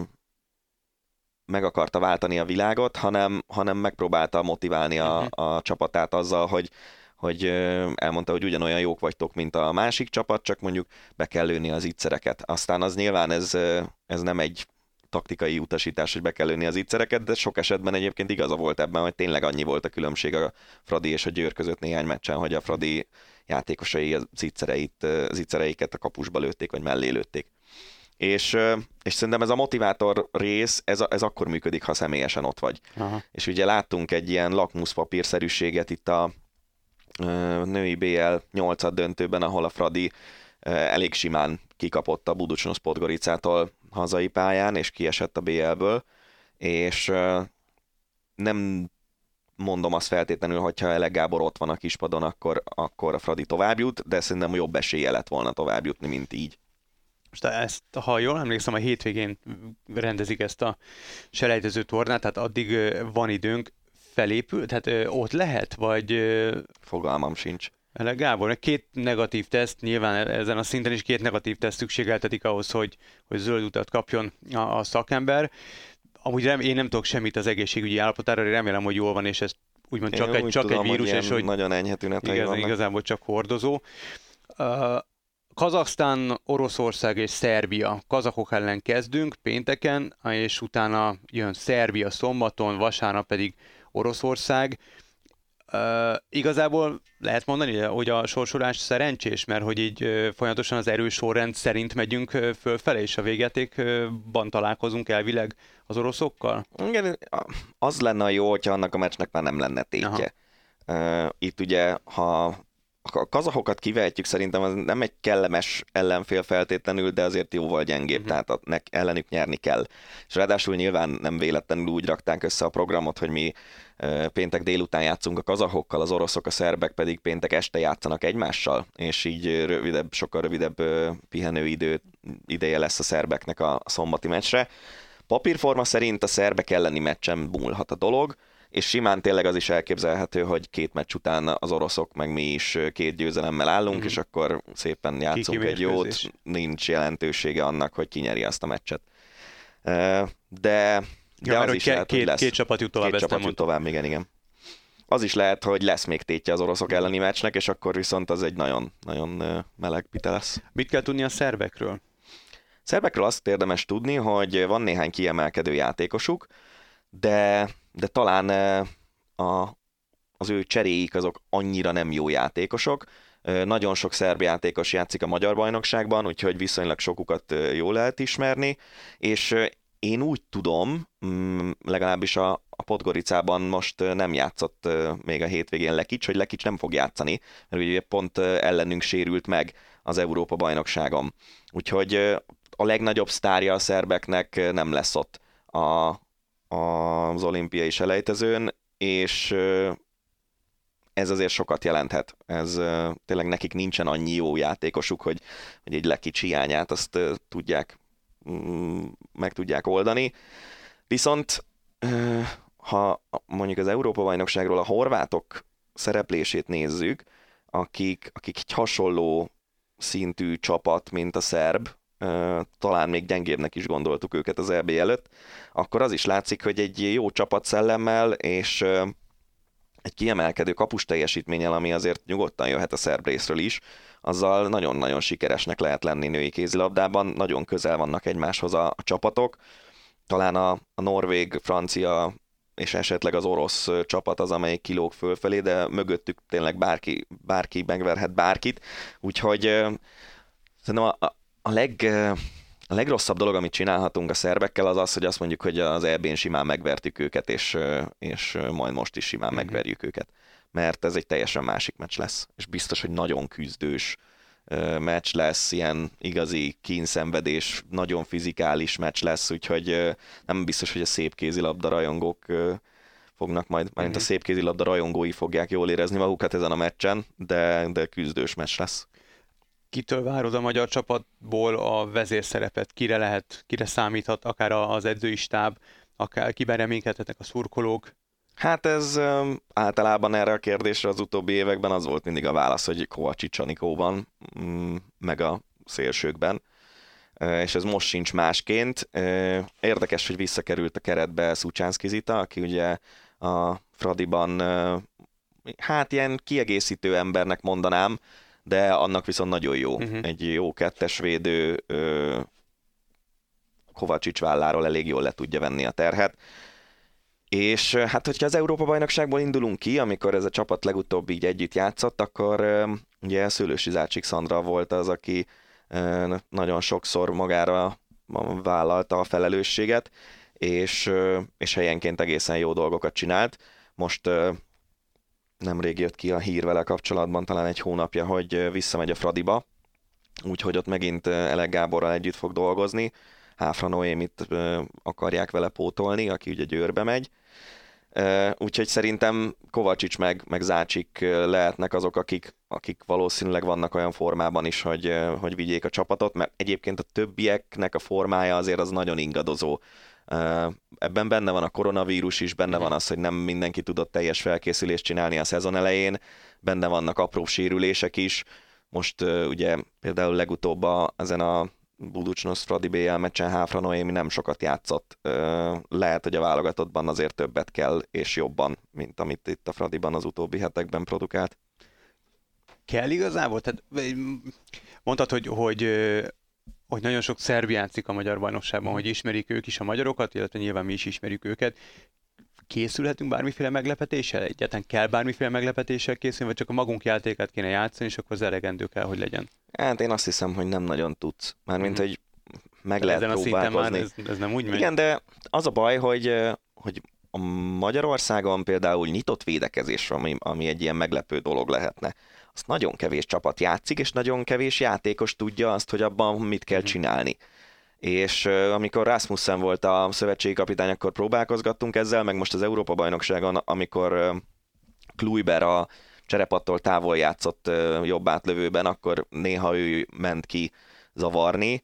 meg akarta váltani a világot, hanem, hanem megpróbálta motiválni a, a csapatát azzal, hogy, hogy elmondta, hogy ugyanolyan jók vagytok, mint a másik csapat, csak mondjuk be kell lőni az ígyszereket. Aztán az nyilván ez, ez nem egy taktikai utasítás, hogy be kell lőni az ígyszereket, de sok esetben egyébként igaza volt ebben, hogy tényleg annyi volt a különbség a Fradi és a Győr között néhány meccsen, hogy a Fradi játékosai az ígyszereit, az ígyszereiket a kapusba lőtték, vagy mellé lőtték. És, és szerintem ez a motivátor rész, ez, ez akkor működik, ha személyesen ott vagy. Aha. És ugye láttunk egy ilyen lakmuszpapírszerűséget itt a női bé el nyolcad döntőben, ahol a Fradi elég simán kikapott a Buducsnos Podgoricától hazai pályán, és kiesett a bé el-ből, és nem mondom azt feltétlenül, hogyha Elek Gábor ott van a kispadon, akkor, akkor a Fradi tovább jut, de szerintem jobb esélye lett volna tovább jutni, mint így. Most ezt, ha jól emlékszem, a hétvégén rendezik ezt a selejtező tornát, tehát addig van időnk, felépül, tehát ott lehet, vagy... Fogalmam sincs. Elek Gábor, két negatív teszt, nyilván ezen a szinten is két negatív teszt szükségeltetik ahhoz, hogy, hogy zöld utat kapjon a, a szakember. Amúgy rem, én nem tudok semmit az egészségügyi állapotára, remélem, hogy jól van, és ez úgymond csak, egy, csak tudom, egy vírus, hogy és hogy nagyon enyhe tünetei igaz, igazából csak hordozó. Uh, Kazaksztán, Oroszország és Szerbia. Kazakok ellen kezdünk pénteken, és utána jön Szerbia szombaton, vasárnap pedig Oroszország. Uh, igazából lehet mondani, hogy a sorsolás szerencsés, mert hogy így uh, folyamatosan az erős sorrend szerint megyünk uh, fölfele, és a végjátékban találkozunk elvileg az oroszokkal? Igen, az lenne jó, hogyha annak a meccsnek már nem lenne tétje. Uh, itt ugye, ha a kazahokat kivehetjük, szerintem az nem egy kellemes ellenfél feltétlenül, de azért jóval gyengébb, uh-huh. tehát a, ellenük nyerni kell. És ráadásul nyilván nem véletlenül úgy rakták össze a programot, hogy mi uh, péntek délután játszunk a kazahokkal, az oroszok, a szerbek pedig péntek este játszanak egymással, és így rövidebb, sokkal rövidebb uh, pihenőidő ideje lesz a szerbeknek a, a szombati meccsre. Papírforma szerint a szerbek elleni meccsen múlhat a dolog, és simán tényleg az is elképzelhető, hogy két meccs után az oroszok, meg mi is két győzelemmel állunk, mm. és akkor szépen játszunk egy jót, nincs jelentősége annak, hogy ki nyeri azt a meccset. De, de ja, az is két, lehet, két, hogy lesz. Két csapat jut tovább, két csapat jut tovább, igen, igen. Az is lehet, hogy lesz még tétje az oroszok elleni meccsnek, és akkor viszont az egy nagyon, nagyon meleg pite lesz. Mit kell tudni a szerbekről? Szerbekről azt érdemes tudni, hogy van néhány kiemelkedő játékosuk, de, de talán a, az ő cseréik azok annyira nem jó játékosok. Nagyon sok szerb játékos játszik a magyar bajnokságban, úgyhogy viszonylag sokukat jól lehet ismerni, és én úgy tudom, legalábbis a, a Podgoricában most nem játszott még a hétvégén Lekics, hogy Lekics nem fog játszani, mert ugye pont ellenünk sérült meg az Európa-bajnokságon. Úgyhogy a legnagyobb sztárja a szerbeknek nem lesz ott a, a, az olimpiai selejtezőn, és ez azért sokat jelenthet. Ez tényleg nekik nincsen annyi jó játékosuk, hogy, hogy egy Lekics hiányát azt tudják, meg tudják oldani. Viszont ha mondjuk az Európa-bajnokságról a horvátok szereplését nézzük, akik, akik egy hasonló szintű csapat, mint a szerb, talán még gyengébbnek is gondoltuk őket az é bé előtt, akkor az is látszik, hogy egy jó csapatszellemmel és egy kiemelkedő kapus teljesítménnyel, ami azért nyugodtan jöhet a szerb részről is, azzal nagyon-nagyon sikeresnek lehet lenni női kézilabdában, nagyon közel vannak egymáshoz a, a csapatok. Talán a, a norvég, francia és esetleg az orosz csapat az, amelyik kilóg fölfelé, de mögöttük tényleg bárki, bárki megverhet bárkit, úgyhogy szerintem a, a, a, leg, a legrosszabb dolog, amit csinálhatunk a szerbekkel, az az, hogy azt mondjuk, hogy az é bén simán megvertük őket, és, és majd most is simán mm-hmm. megverjük őket, mert ez egy teljesen másik meccs lesz, és biztos, hogy nagyon küzdős meccs lesz, ilyen igazi kínszenvedés, nagyon fizikális meccs lesz, úgyhogy nem biztos, hogy a szép kézilabda rajongók fognak majd, mm-hmm. majd a szép kézilabda rajongói fogják jól érezni magukat ezen a meccsen, de, de küzdős meccs lesz. Kitől várod a magyar csapatból a vezérszerepet? Kire lehet, kire számíthat akár az edzői stáb, akár kiben reménykedhetnek a szurkolók? Hát ez um, általában erre a kérdésre az utóbbi években az volt mindig a válasz, hogy Kovacic Anikóban, mm, meg a szélsőkben, uh, és ez most sincs másként. Uh, érdekes, hogy visszakerült a keretbe Szucsánszky Zita, aki ugye a Fradiban uh, hát ilyen kiegészítő embernek mondanám, de annak viszont nagyon jó. Uh-huh. Egy jó kettes védő, uh, Kovacic válláról elég jól le tudja venni a terhet. És hát, hogyha az Európa-bajnokságból indulunk ki, amikor ez a csapat legutóbb így együtt játszott, akkor ugye Szőlősi Zácsik Szandra volt az, aki nagyon sokszor magára vállalta a felelősséget, és, és helyenként egészen jó dolgokat csinált. Most nemrég jött ki a hír vele kapcsolatban, talán egy hónapja, hogy visszamegy a Fradiba, úgyhogy ott megint Elek Gáborral együtt fog dolgozni. Háfra Noémit akarják vele pótolni, aki ugye Győrbe megy. Úgyhogy szerintem Kovacic meg, meg Zácsik lehetnek azok, akik, akik valószínűleg vannak olyan formában is, hogy, hogy vigyék a csapatot, mert egyébként a többieknek a formája azért az nagyon ingadozó. Ebben benne van a koronavírus is, benne van az, hogy nem mindenki tudott teljes felkészülést csinálni a szezon elején, benne vannak apró sérülések is. Most ugye például legutóbb a, ezen a Buducsnos Fradi bé el meccsen Háfra Noémi nem sokat játszott. Lehet, hogy a válogatottban azért többet kell, és jobban, mint amit itt a Fradiban az utóbbi hetekben produkált. Kell igazából? Tehát mondtad, hogy, hogy, hogy nagyon sok szerb játszik a magyar bajnokságban, hogy ismerik ők is a magyarokat, illetve nyilván mi is ismerjük őket. Készülhetünk bármiféle meglepetéssel? Egyáltalán kell bármiféle meglepetéssel készülni, vagy csak a magunk játékát kéne játszani, és akkor az elegendő kell, hogy legyen? Hát én azt hiszem, hogy nem nagyon tudsz. Mármint, hogy meg lehet ezen próbálkozni. Ez, ez nem úgy megy? Igen, de az a baj, hogy, hogy a Magyarországon például nyitott védekezés, ami, ami egy ilyen meglepő dolog lehetne. Azt nagyon kevés csapat játszik, és nagyon kevés játékos tudja azt, hogy abban mit kell csinálni. És uh, amikor Rasmussen volt a szövetségi kapitány, akkor próbálkozgattunk ezzel, meg most az Európa-bajnokságon, amikor uh, Kluiber a cserepattól távol játszott uh, jobb átlövőben, akkor néha ő ment ki zavarni.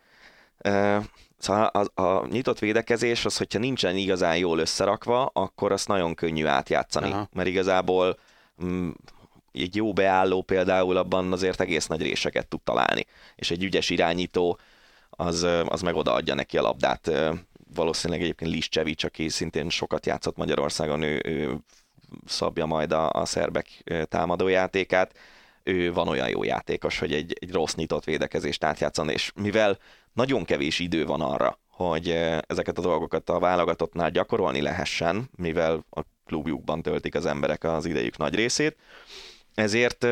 Uh, szóval a, a nyitott védekezés az, hogyha nincsen igazán jól összerakva, akkor azt nagyon könnyű átjátszani, Aha. mert igazából um, egy jó beálló például abban azért egész nagy réseket tud találni, és egy ügyes irányító az, az meg odaadja neki a labdát. Valószínűleg egyébként Liscevic, aki szintén sokat játszott Magyarországon, ő, ő szabja majd a, a szerbek támadójátékát. Ő van olyan jó játékos, hogy egy, egy rossz nyitott védekezést átjátszani, és mivel nagyon kevés idő van arra, hogy ezeket a dolgokat a válogatottnál gyakorolni lehessen, mivel a klubjukban töltik az emberek az idejük nagy részét, ezért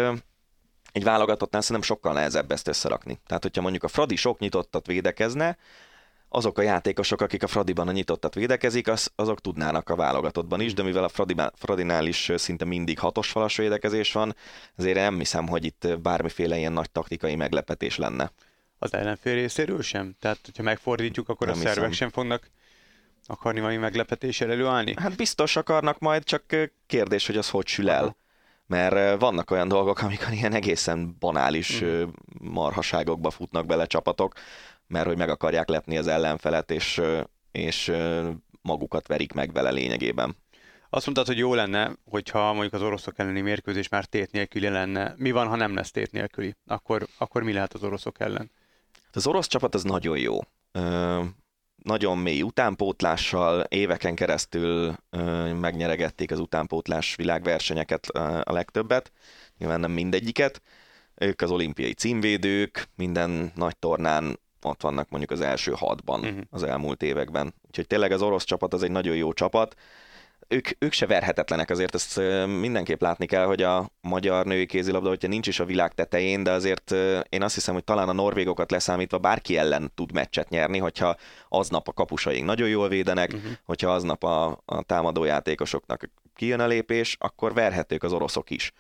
egy válogatottnál szerintem sokkal nehezebb ezt összerakni. Tehát, hogyha mondjuk a Fradi sok nyitottat védekezne, azok a játékosok, akik a Fradiban a nyitottat védekezik, az, azok tudnának a válogatottban is, de mivel a Fradinál, Fradinál is szinte mindig hatos falas védekezés van, ezért nem hiszem, hogy itt bármiféle ilyen nagy taktikai meglepetés lenne. Az ellenfél részéről sem? Tehát, hogyha megfordítjuk, akkor nem a szervek hiszem. sem fognak akarni valami meglepetéssel előállni? Hát biztos akarnak majd, csak kérdés, hogy az hogy sül el. Mert vannak olyan dolgok, amikor ilyen egészen banális mm. marhaságokba futnak bele csapatok, mert hogy meg akarják lepni az ellenfelet, és, és magukat verik meg vele lényegében. Azt mondtad, hogy jó lenne, hogyha mondjuk az oroszok elleni mérkőzés már tét nélküli lenne. Mi van, ha nem lesz tét nélküli? Akkor, akkor mi lehet az oroszok ellen? Az orosz csapat az nagyon jó. Ö, nagyon mély utánpótlással, éveken keresztül ö, megnyeregették az utánpótlás világversenyeket ö, a legtöbbet, nyilván nem mindegyiket. Ők az olimpiai címvédők, minden nagy tornán ott vannak mondjuk az első hatban uh-huh. az elmúlt években. Úgyhogy tényleg az orosz csapat az egy nagyon jó csapat. Ők, ők se verhetetlenek, azért ezt mindenképp látni kell, hogy a magyar női kézilabda, hogyha nincs is a világ tetején, de azért én azt hiszem, hogy talán a norvégokat leszámítva bárki ellen tud meccset nyerni, hogyha aznap a kapusaink nagyon jól védenek, uh-huh. hogyha aznap a, a támadójátékosoknak kijön a lépés, akkor verhetők az oroszok is.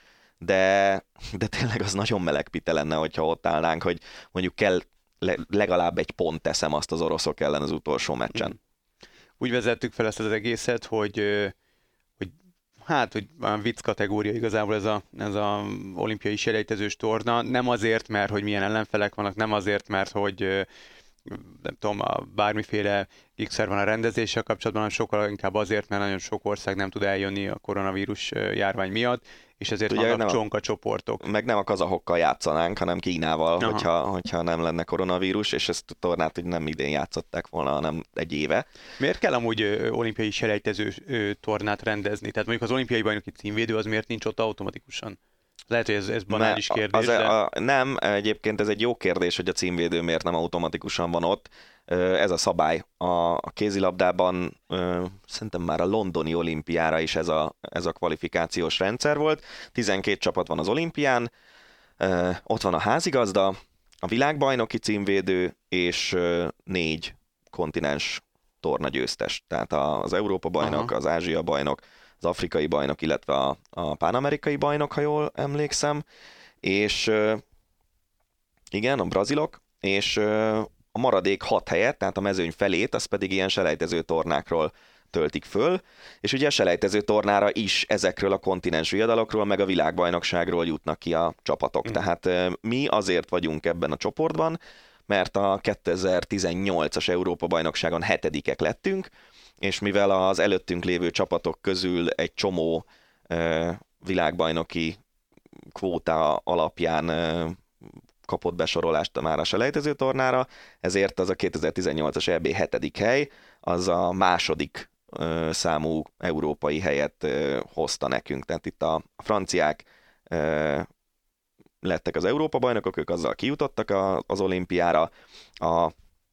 De, de tényleg az nagyon meleg pite lenne, hogyha ott állnánk, hogy mondjuk kell legalább egy pont teszem azt az oroszok ellen az utolsó meccsen. Uh-huh. Úgy vezettük fel ezt az egészet, hogy, hogy hát, hogy a vicc kategória igazából ez a, ez a olimpiai selejtezős torna. Nem azért, mert hogy milyen ellenfelek vannak, nem azért, mert hogy nem tudom, a bármiféle X-szer van a rendezéssel kapcsolatban, hanem sokkal inkább azért, mert nagyon sok ország nem tud eljönni a koronavírus járvány miatt, és ezért ugye vannak csonka csoportok. Meg nem a kazahokkal játszanánk, hanem Kínával, hogyha, hogyha nem lenne koronavírus, és ezt a tornát hogy nem idén játszották volna, hanem egy éve. Miért kell amúgy ö, olimpiai selejtező ö, tornát rendezni? Tehát mondjuk az olimpiai bajnoki címvédő az miért nincs ott automatikusan? Lehet, hogy ez, ez banális kérdés, az, de... a, nem, egyébként ez egy jó kérdés, hogy a címvédő miért nem automatikusan van ott. Ez a szabály. A, a kézilabdában szerintem már a londoni olimpiára is ez a, ez a kvalifikációs rendszer volt. tizenkét csapat van az olimpián, ott van a házigazda, a világbajnoki címvédő és négy kontinens tornagyőztes. Tehát az Európa bajnok, Aha. az Ázsia bajnok, az afrikai bajnok, illetve a, a pánamerikai bajnok, ha jól emlékszem, és igen, a brazilok, és a maradék hat helyet, tehát a mezőny felét, az pedig ilyen selejtező tornákról töltik föl, és ugye a selejtező tornára is ezekről a kontinens viadalokról, meg a világbajnokságról jutnak ki a csapatok. Mm. Tehát mi azért vagyunk ebben a csoportban, mert a kétezer-tizennyolcas Európa-bajnokságon hetedikek lettünk, és mivel az előttünk lévő csapatok közül egy csomó uh, világbajnoki kvóta alapján uh, kapott besorolást már a selejtező tornára, ezért az a kétezer-tizennyolcas é bé hetedik hely, az a második uh, számú európai helyet uh, hozta nekünk. Tehát itt a, a franciák uh, lettek az Európa-bajnokok, ők azzal kijutottak a, az olimpiára, a,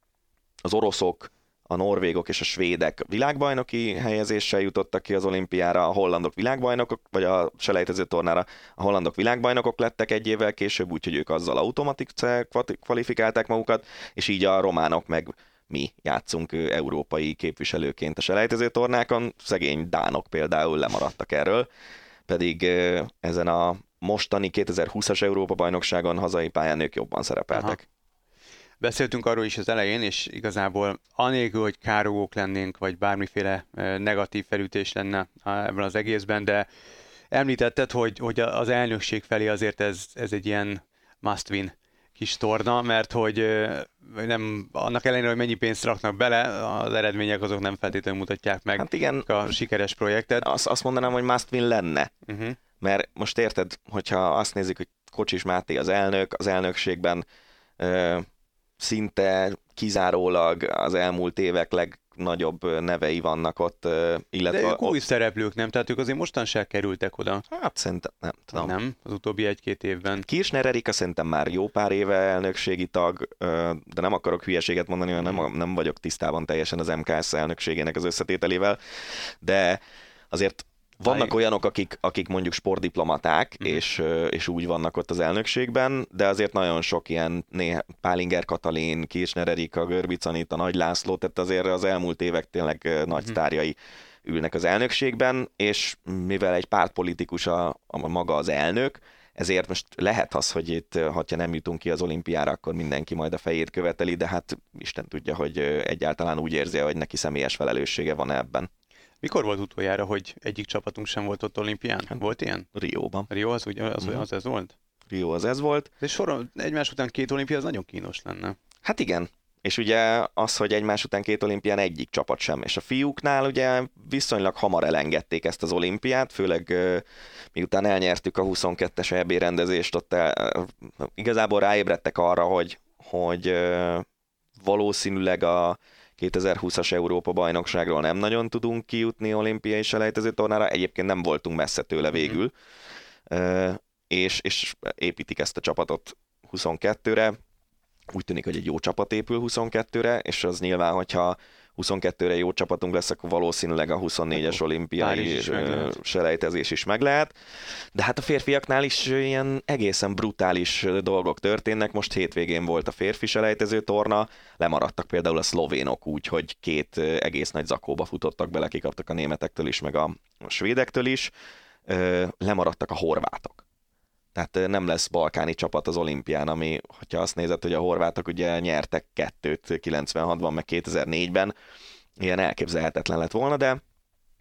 az oroszok, a norvégok és a svédek világbajnoki helyezéssel jutottak ki az olimpiára, a hollandok világbajnokok, vagy a selejtező tornára a hollandok világbajnokok lettek egy évvel később, úgyhogy ők azzal automatikusan kvalifikálták magukat, és így a románok meg mi játszunk európai képviselőként a selejtező tornákon, szegény dánok például lemaradtak erről, pedig ezen a mostani kétezer-húszas Európa-bajnokságon hazai pályán ők jobban szerepeltek. Aha. Beszéltünk arról is az elején, és igazából anélkül, hogy károgók lennénk, vagy bármiféle negatív felütés lenne ebben az egészben, de említetted, hogy, hogy az elnökség felé azért ez, ez egy ilyen must win kis torna, mert hogy nem, annak ellenére, hogy mennyi pénzt raknak bele, az eredmények azok nem feltétlenül mutatják meg hát igen, a sikeres projektet. Azt, azt mondanám, hogy must win lenne, uh-huh. mert most érted, hogyha azt nézzük, hogy Kocsis Máté az elnök, az elnökségben ö, szinte kizárólag az elmúlt évek legnagyobb nevei vannak ott, illetve... De ők új szereplők, nem? Tehát ők azért mostan se kerültek oda. Hát szerintem nem tudom. Nem, az utóbbi egy-két évben. Kirchner Erika szerintem már jó pár éve elnökségi tag, de nem akarok hülyeséget mondani, mert nem, nem vagyok tisztában teljesen az em ká es elnökségének az összetételével, de azért vannak olyanok, akik, akik mondjuk sportdiplomaták, mm. és, és úgy vannak ott az elnökségben, de azért nagyon sok ilyen néha, Pálinger Katalin, Kirchner Erika, Görbic Anita, Nagy László, tehát azért az elmúlt évek tényleg nagy mm. sztárjai ülnek az elnökségben, és mivel egy pártpolitikus a, a maga az elnök, ezért most lehet az, hogy itt, ha nem jutunk ki az olimpiára, akkor mindenki majd a fejét követeli, de hát Isten tudja, hogy egyáltalán úgy érzi, hogy neki személyes felelőssége van ebben. Mikor volt utoljára, hogy egyik csapatunk sem volt ott olimpián? Volt ilyen? Rióban. Rio az, ugye, az, uh-huh. az ez volt? Rio az ez volt. De soron egymás után két olimpia, az nagyon kínos lenne. Hát igen. És ugye az, hogy egymás után két olimpián egyik csapat sem. És a fiúknál ugye viszonylag hamar elengedték ezt az olimpiát, főleg uh, miután elnyertük a huszonkettes é bé rendezést, ott el, uh, igazából ráébredtek arra, hogy, hogy uh, valószínűleg a kétezer-húszas Európa-bajnokságról nem nagyon tudunk kijutni olimpiai selejtező tornára, egyébként nem voltunk messze tőle végül, mm. és, és építik ezt a csapatot huszonkettőre, úgy tűnik, hogy egy jó csapat épül huszonkettőre, és az nyilván, hogyha huszonkettőre jó csapatunk lesz, akkor valószínűleg a huszonnégyes olimpiai selejtezés is meg lehet. De hát a férfiaknál is ilyen egészen brutális dolgok történnek. Most hétvégén volt a férfi selejtező torna, lemaradtak például a szlovénok úgy, hogy két egész nagy zakóba futottak bele, kikaptak a németektől is, meg a svédektől is. Lemaradtak a horvátok. Tehát nem lesz balkáni csapat az olimpián, ami, hogyha azt nézed, hogy a horvátok ugye nyertek kettőt kilencvenhatban, meg kétezer-négyben, ilyen elképzelhetetlen lett volna, de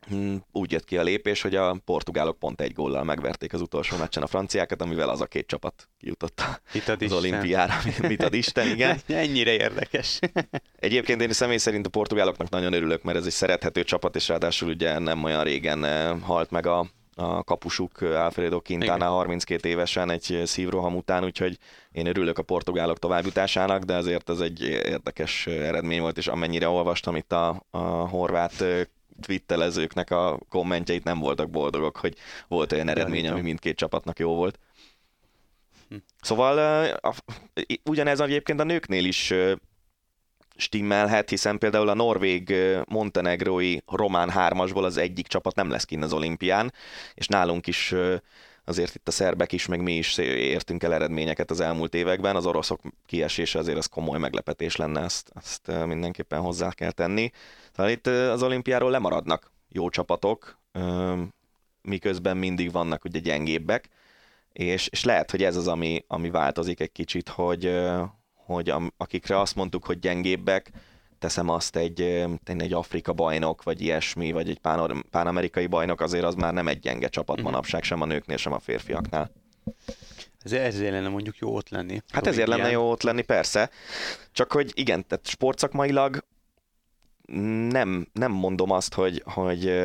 úgy jött ki a lépés, hogy a portugálok pont egy góllal megverték az utolsó meccsen a franciákat, amivel az a két csapat kijutott az Isten. olimpiára. Mit ad Isten, igen. Ennyire érdekes. Egyébként én személy szerint a portugáloknak nagyon örülök, mert ez egy szerethető csapat, és ráadásul ugye nem olyan régen halt meg a, a kapusuk Alfredo Quintana igen. harminckét évesen egy szívroham után, úgyhogy én örülök a portugálok továbbjutásának, de azért ez egy érdekes eredmény volt, és amennyire olvastam itt a, a horvát twittelezőknek a kommentjeit, nem voltak boldogok, hogy volt olyan eredmény, ami mindkét csapatnak jó volt. Hm. Szóval a, ugyanez egyébként a nőknél is stimmelhet, hiszen például a norvég montenegrói román hármasból az egyik csapat nem lesz kinn az olimpián, és nálunk is azért itt a szerbek is, meg mi is értünk el eredményeket az elmúlt években, az oroszok kiesése azért az komoly meglepetés lenne, ezt, ezt mindenképpen hozzá kell tenni. Tehát itt az olimpiáról lemaradnak jó csapatok, miközben mindig vannak ugye gyengébbek, és, és lehet, hogy ez az, ami, ami változik egy kicsit, hogy, hogy akikre azt mondtuk, hogy gyengébbek, teszem azt egy, egy Afrika bajnok, vagy ilyesmi, vagy egy pán, pánamerikai bajnok, azért az már nem egy gyenge csapat manapság, sem a nőknél, sem a férfiaknál. Ezért lenne mondjuk jó ott lenni. Hát ezért lenne jó ott lenni, persze. Csak hogy igen, tehát sportszakmailag nem, nem mondom azt, hogy, hogy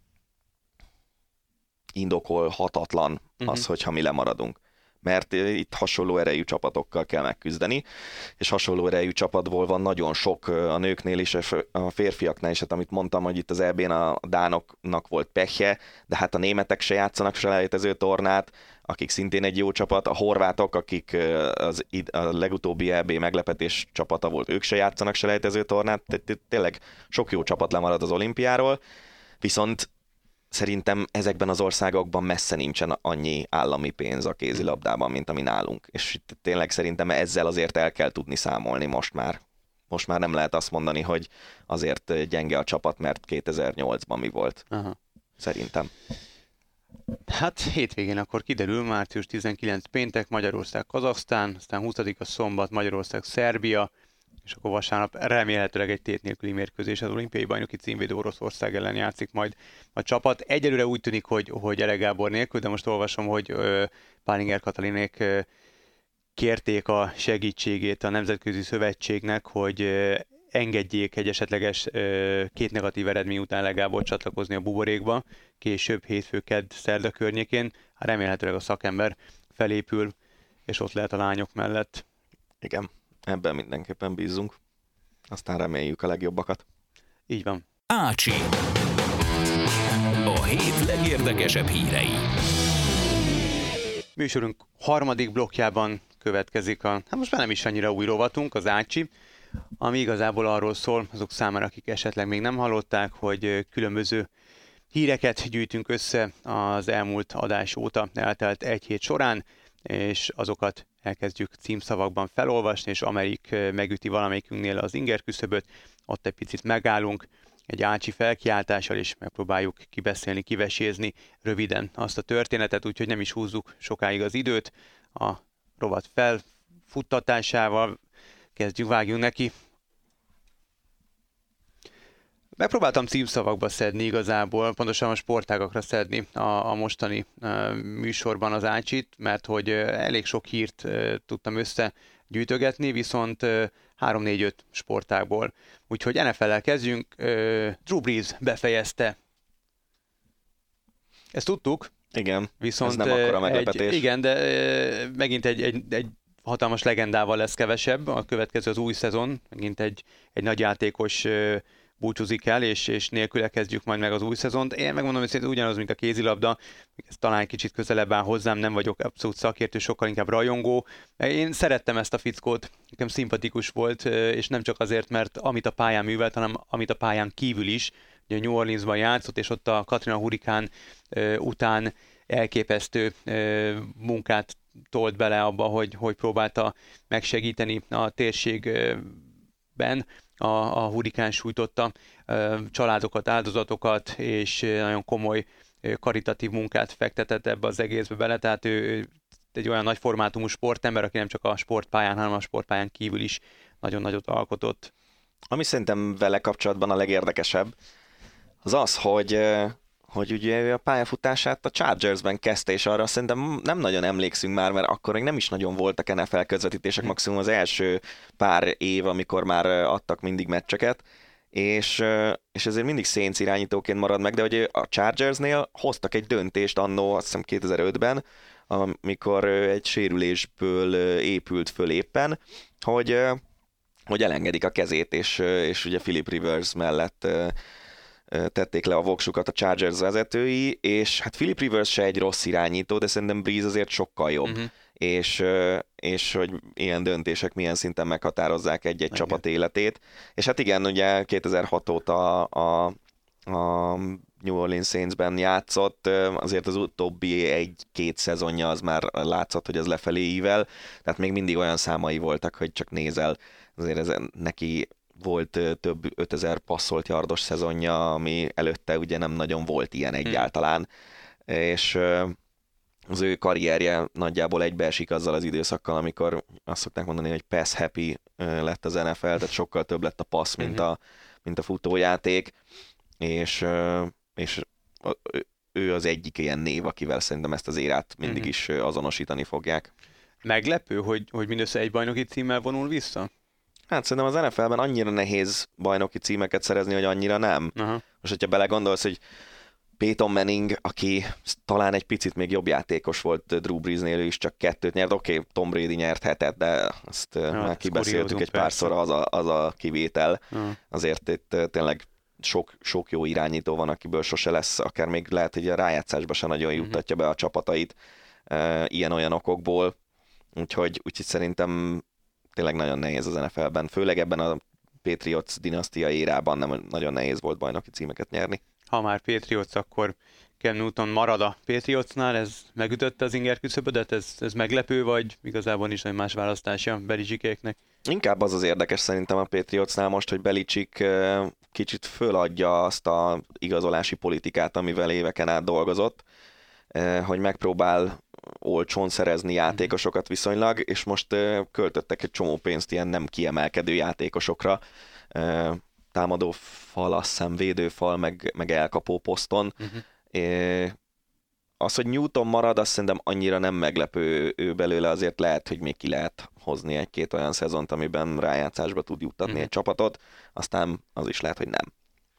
indokolhatatlan az, uh-huh. hogyha mi lemaradunk. Mert itt hasonló erejű csapatokkal kell megküzdeni, és hasonló erejű csapatból van nagyon sok a nőknél is, a férfiaknál is, hát amit mondtam, hogy itt az é bén a dánoknak volt pehje, de hát a németek se játszanak selejtező tornát, akik szintén egy jó csapat, a horvátok, akik az, a legutóbbi é bé meglepetés csapata volt, ők se játszanak selejtező tornát, tehát tényleg sok jó csapat lemarad az olimpiáról, viszont szerintem ezekben az országokban messze nincsen annyi állami pénz a kézilabdában, mint ami nálunk. És tényleg szerintem ezzel azért el kell tudni számolni most már. Most már nem lehet azt mondani, hogy azért gyenge a csapat, mert kétezer-nyolcban mi volt. Aha. Szerintem. Hát hétvégén akkor kiderül, március tizenkilencedike péntek, Magyarország, Kazahsztán, aztán huszadika szombat, Magyarország, Szerbia, és akkor vasárnap remélhetőleg egy tét nélküli mérkőzés, az olimpiai bajnoki címvédő Oroszország ellen játszik majd a csapat. Egyelőre úgy tűnik, hogy, hogy Elek Gábor nélkül, de most olvasom, hogy ö, Pálinger Katalinék ö, kérték a segítségét a Nemzetközi Szövetségnek, hogy ö, engedjék egy esetleges ö, két negatív eredmény után Elek Gábor csatlakozni a buborékba, később hétfő, kedd, szerda környékén. Hát remélhetőleg a szakember felépül, és ott lehet a lányok mellett. Igen. Ebben mindenképpen bízunk. Aztán reméljük a legjobbakat. Így van. Ácsi. A hét legérdekesebb hírei. Műsorunk harmadik blokkjában következik a, hát most már nem is annyira új rovatunk, az Ácsi, ami igazából arról szól, azok számára, akik esetleg még nem hallották, hogy különböző híreket gyűjtünk össze az elmúlt adás óta, eltelt egy hét során, és azokat elkezdjük címszavakban felolvasni, és amelyik megüti valamelyikünknél az inger küszöböt, ott egy picit megállunk, egy ácsi felkiáltással, és megpróbáljuk kibeszélni, kivesézni röviden azt a történetet, úgyhogy nem is húzzuk sokáig az időt. A rovat felfuttatásával kezdjük, vágjunk neki. Megpróbáltam címszavakba szedni igazából, pontosan a sportágakra szedni a, a mostani uh, műsorban az Ácsit, mert hogy uh, elég sok hírt uh, tudtam összegyűjtögetni, viszont uh, három négy öt sportágból. Úgyhogy en ef el-lel kezdjünk. Uh, Drew Brees befejezte. Ezt tudtuk. Igen, viszont ez nem akkora meglepetés. Egy, igen, de uh, megint egy, egy, egy hatalmas legendával lesz kevesebb. A következő az új szezon, megint egy, egy nagy játékos uh, búcsúzik el, és, és nélküle kezdjük majd meg az új szezont. Én megmondom, hogy ugyanaz, mint a kézilabda, ez talán kicsit közelebb áll hozzám, nem vagyok abszolút szakértő, sokkal inkább rajongó. Én szerettem ezt a fickót, nekem szimpatikus volt, és nem csak azért, mert amit a pályán művelt, hanem amit a pályán kívül is. Ugye New Orleansban játszott, és ott a Katrina hurikán után elképesztő munkát tolt bele abba, hogy, hogy próbálta megsegíteni a térségben a, a hurikán sújtotta családokat, áldozatokat, és nagyon komoly karitatív munkát fektetett ebbe az egészbe bele, tehát ő egy olyan nagy formátumú sportember, aki nem csak a sportpályán, hanem a sportpályán kívül is nagyon nagyot alkotott. Ami szerintem vele kapcsolatban a legérdekesebb, az az, hogy, hogy ugye ő a pályafutását a Chargersben kezdte, és arra szerintem nem nagyon emlékszünk már, mert akkor még nem is nagyon voltak en ef el közvetítések, maximum az első pár év, amikor már adtak mindig meccseket, és, és ezért mindig Saints irányítóként marad meg, de hogy a Chargersnél hoztak egy döntést annó, azt hiszem kétezer-ötben, amikor egy sérülésből épült föl éppen, hogy, hogy elengedik a kezét, és, és ugye Philip Rivers mellett tették le a voksukat a Chargers vezetői, és hát Philip Rivers se egy rossz irányító, de szerintem Breeze azért sokkal jobb. Uh-huh. És, és hogy ilyen döntések milyen szinten meghatározzák egy-egy igen. csapat életét. És hát igen, ugye kétezer-hat óta a, a New Orleans Saintsben játszott, azért az utóbbi egy-két szezonja az már látszott, hogy az lefelé ível, tehát még mindig olyan számai voltak, hogy csak nézel, azért ez neki volt több ötezer passzolt yardos szezonja, ami előtte ugye nem nagyon volt ilyen egyáltalán, hmm. és az ő karrierje nagyjából egybeesik azzal az időszakkal, amikor azt szokták mondani, hogy pass happy lett az en ef el, tehát sokkal több lett a passz, mint a, mint a futójáték, és, és ő az egyik ilyen név, akivel szerintem ezt az érát mindig is azonosítani fogják. Meglepő, hogy, hogy mindössze egy bajnoki címmel vonul vissza? Hát szerintem az en ef el-ben annyira nehéz bajnoki címeket szerezni, hogy annyira nem. Aha. Most, hogyha belegondolsz, hogy Peyton Manning, aki talán egy picit még jobb játékos volt Drew Breesnél, ő is csak kettőt nyert. Oké, okay, Tom Brady nyert hetet, de azt ja, már kibeszéltük egy párszor, az a, az a kivétel. Ja. Azért itt tényleg sok, sok jó irányító van, akiből sose lesz, akár még lehet, hogy a rájátszásba se nagyon juttatja be a csapatait ilyen-olyan okokból. Úgyhogy, úgyhogy szerintem tényleg nagyon nehéz az en ef el-ben, főleg ebben a Patriots dinasztia érában nem nagyon nehéz volt bajnoki címeket nyerni. Ha már Patriots, akkor Cam Newton marad a Patriotsnál, ez megütötte az inger küszöbödet, ez, ez meglepő, vagy igazából nincs nagy más választása Belichickéknek? Inkább az az érdekes szerintem a Patriotsnál most, hogy Belichick kicsit föladja azt a igazolási politikát, amivel éveken át dolgozott, hogy megpróbál olcsón szerezni játékosokat viszonylag, és most költöttek egy csomó pénzt ilyen nem kiemelkedő játékosokra, támadó fal, azt hiszem védőfal, meg, meg elkapó poszton. Uh-huh. Az, hogy Newton marad, azt szerintem annyira nem meglepő ő belőle, azért lehet, hogy még ki lehet hozni egy-két olyan szezont, amiben rájátszásba tud juttatni uh-huh. egy csapatot, aztán az is lehet, hogy nem.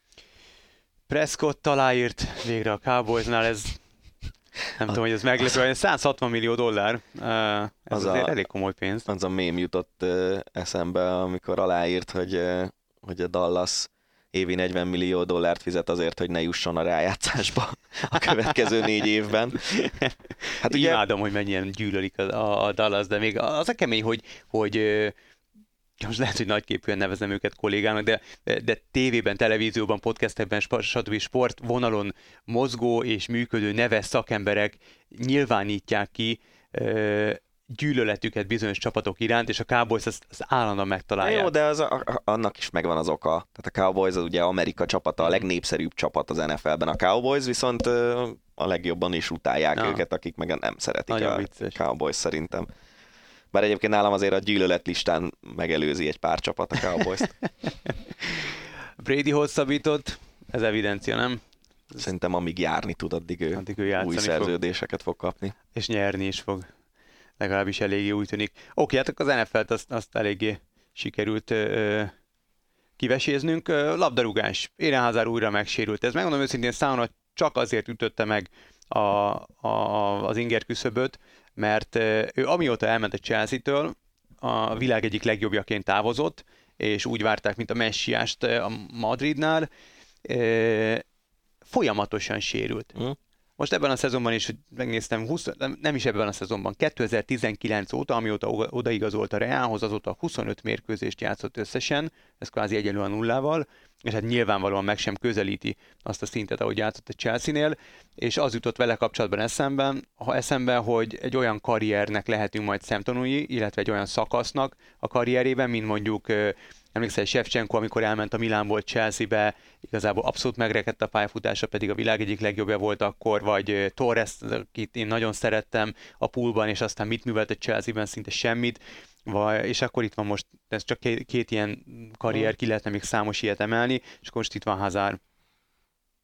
Prescott aláírt végre a Cowboysnál, ez nem a, tudom, hogy ez meglepő, az, száz hatvan millió dollár, ez az azért a, elég komoly pénz. Az a mém jutott eszembe, amikor aláírt, hogy, hogy a Dallas évi negyven millió dollárt fizet azért, hogy ne jusson a rájátszásba a következő négy évben. Hát ugye... Imádom, hogy mennyien gyűlölik a, a Dallas, de még az a kemény, hogy, hogy most lehet, hogy nagyképűen nevezem őket kollégának, de, de, de tévében, televízióban, podcastekben, stb. Sport vonalon mozgó és működő neves szakemberek nyilvánítják ki ö, gyűlöletüket bizonyos csapatok iránt, és a Cowboys ezt, ezt állandóan megtalálják. Jó, de az a, annak is megvan az oka. Tehát a Cowboys az ugye Amerika csapata, a legnépszerűbb csapat az en ef el-ben. A Cowboys viszont ö, a legjobban is utálják ja. őket, akik meg nem szeretik nagyon a vicces. Cowboys szerintem. Bár egyébként nálam azért a gyűlölet listán megelőzi egy pár csapat a Cowboys-t. Brady hosszabbított, ez evidencia, nem? Szerintem amíg járni tud, addig ő, addig ő új szerződéseket fog. fog kapni. És nyerni is fog. Legalábbis eléggé úgy tűnik. Oké, hát az en ef el-t azt, azt eléggé sikerült ö, kiveséznünk. Labdarúgás. Eden Hazard újra megsérült. Ez megmondom őszintén, számomra csak azért ütötte meg a, a, az inger küszöböt, mert ő amióta elment a Chelsea-től, a világ egyik legjobbjaként távozott, és úgy várták, mint a messiást a Madridnál, folyamatosan sérült. Mm. Most ebben a szezonban is, hogy megnéztem, húsz, nem is ebben a szezonban, kétezer-tizenkilenc óta, amióta odaigazolt a Realhoz, azóta huszonöt mérkőzést játszott összesen, ez kvázi egyenlő a nullával, és hát nyilvánvalóan meg sem közelíti azt a szintet, ahogy játszott a Chelsea-nél, és az jutott vele kapcsolatban eszemben, ha eszembe, hogy egy olyan karriernek lehetünk majd szemtanúi, illetve egy olyan szakasznak a karrierében, mint mondjuk emlékszel, Shevchenko, amikor elment a Milánból Chelsea-be, igazából abszolút megrekedt a pályafutása, pedig a világ egyik legjobbja volt akkor, vagy Torres, akit én nagyon szerettem a poolban, és aztán mit művelt a Chelsea-ben, szinte semmit, vagy, és akkor itt van most, ez csak két, két ilyen karrier, ki lehetne még számos ilyet emelni, és akkor most itt van Hazard.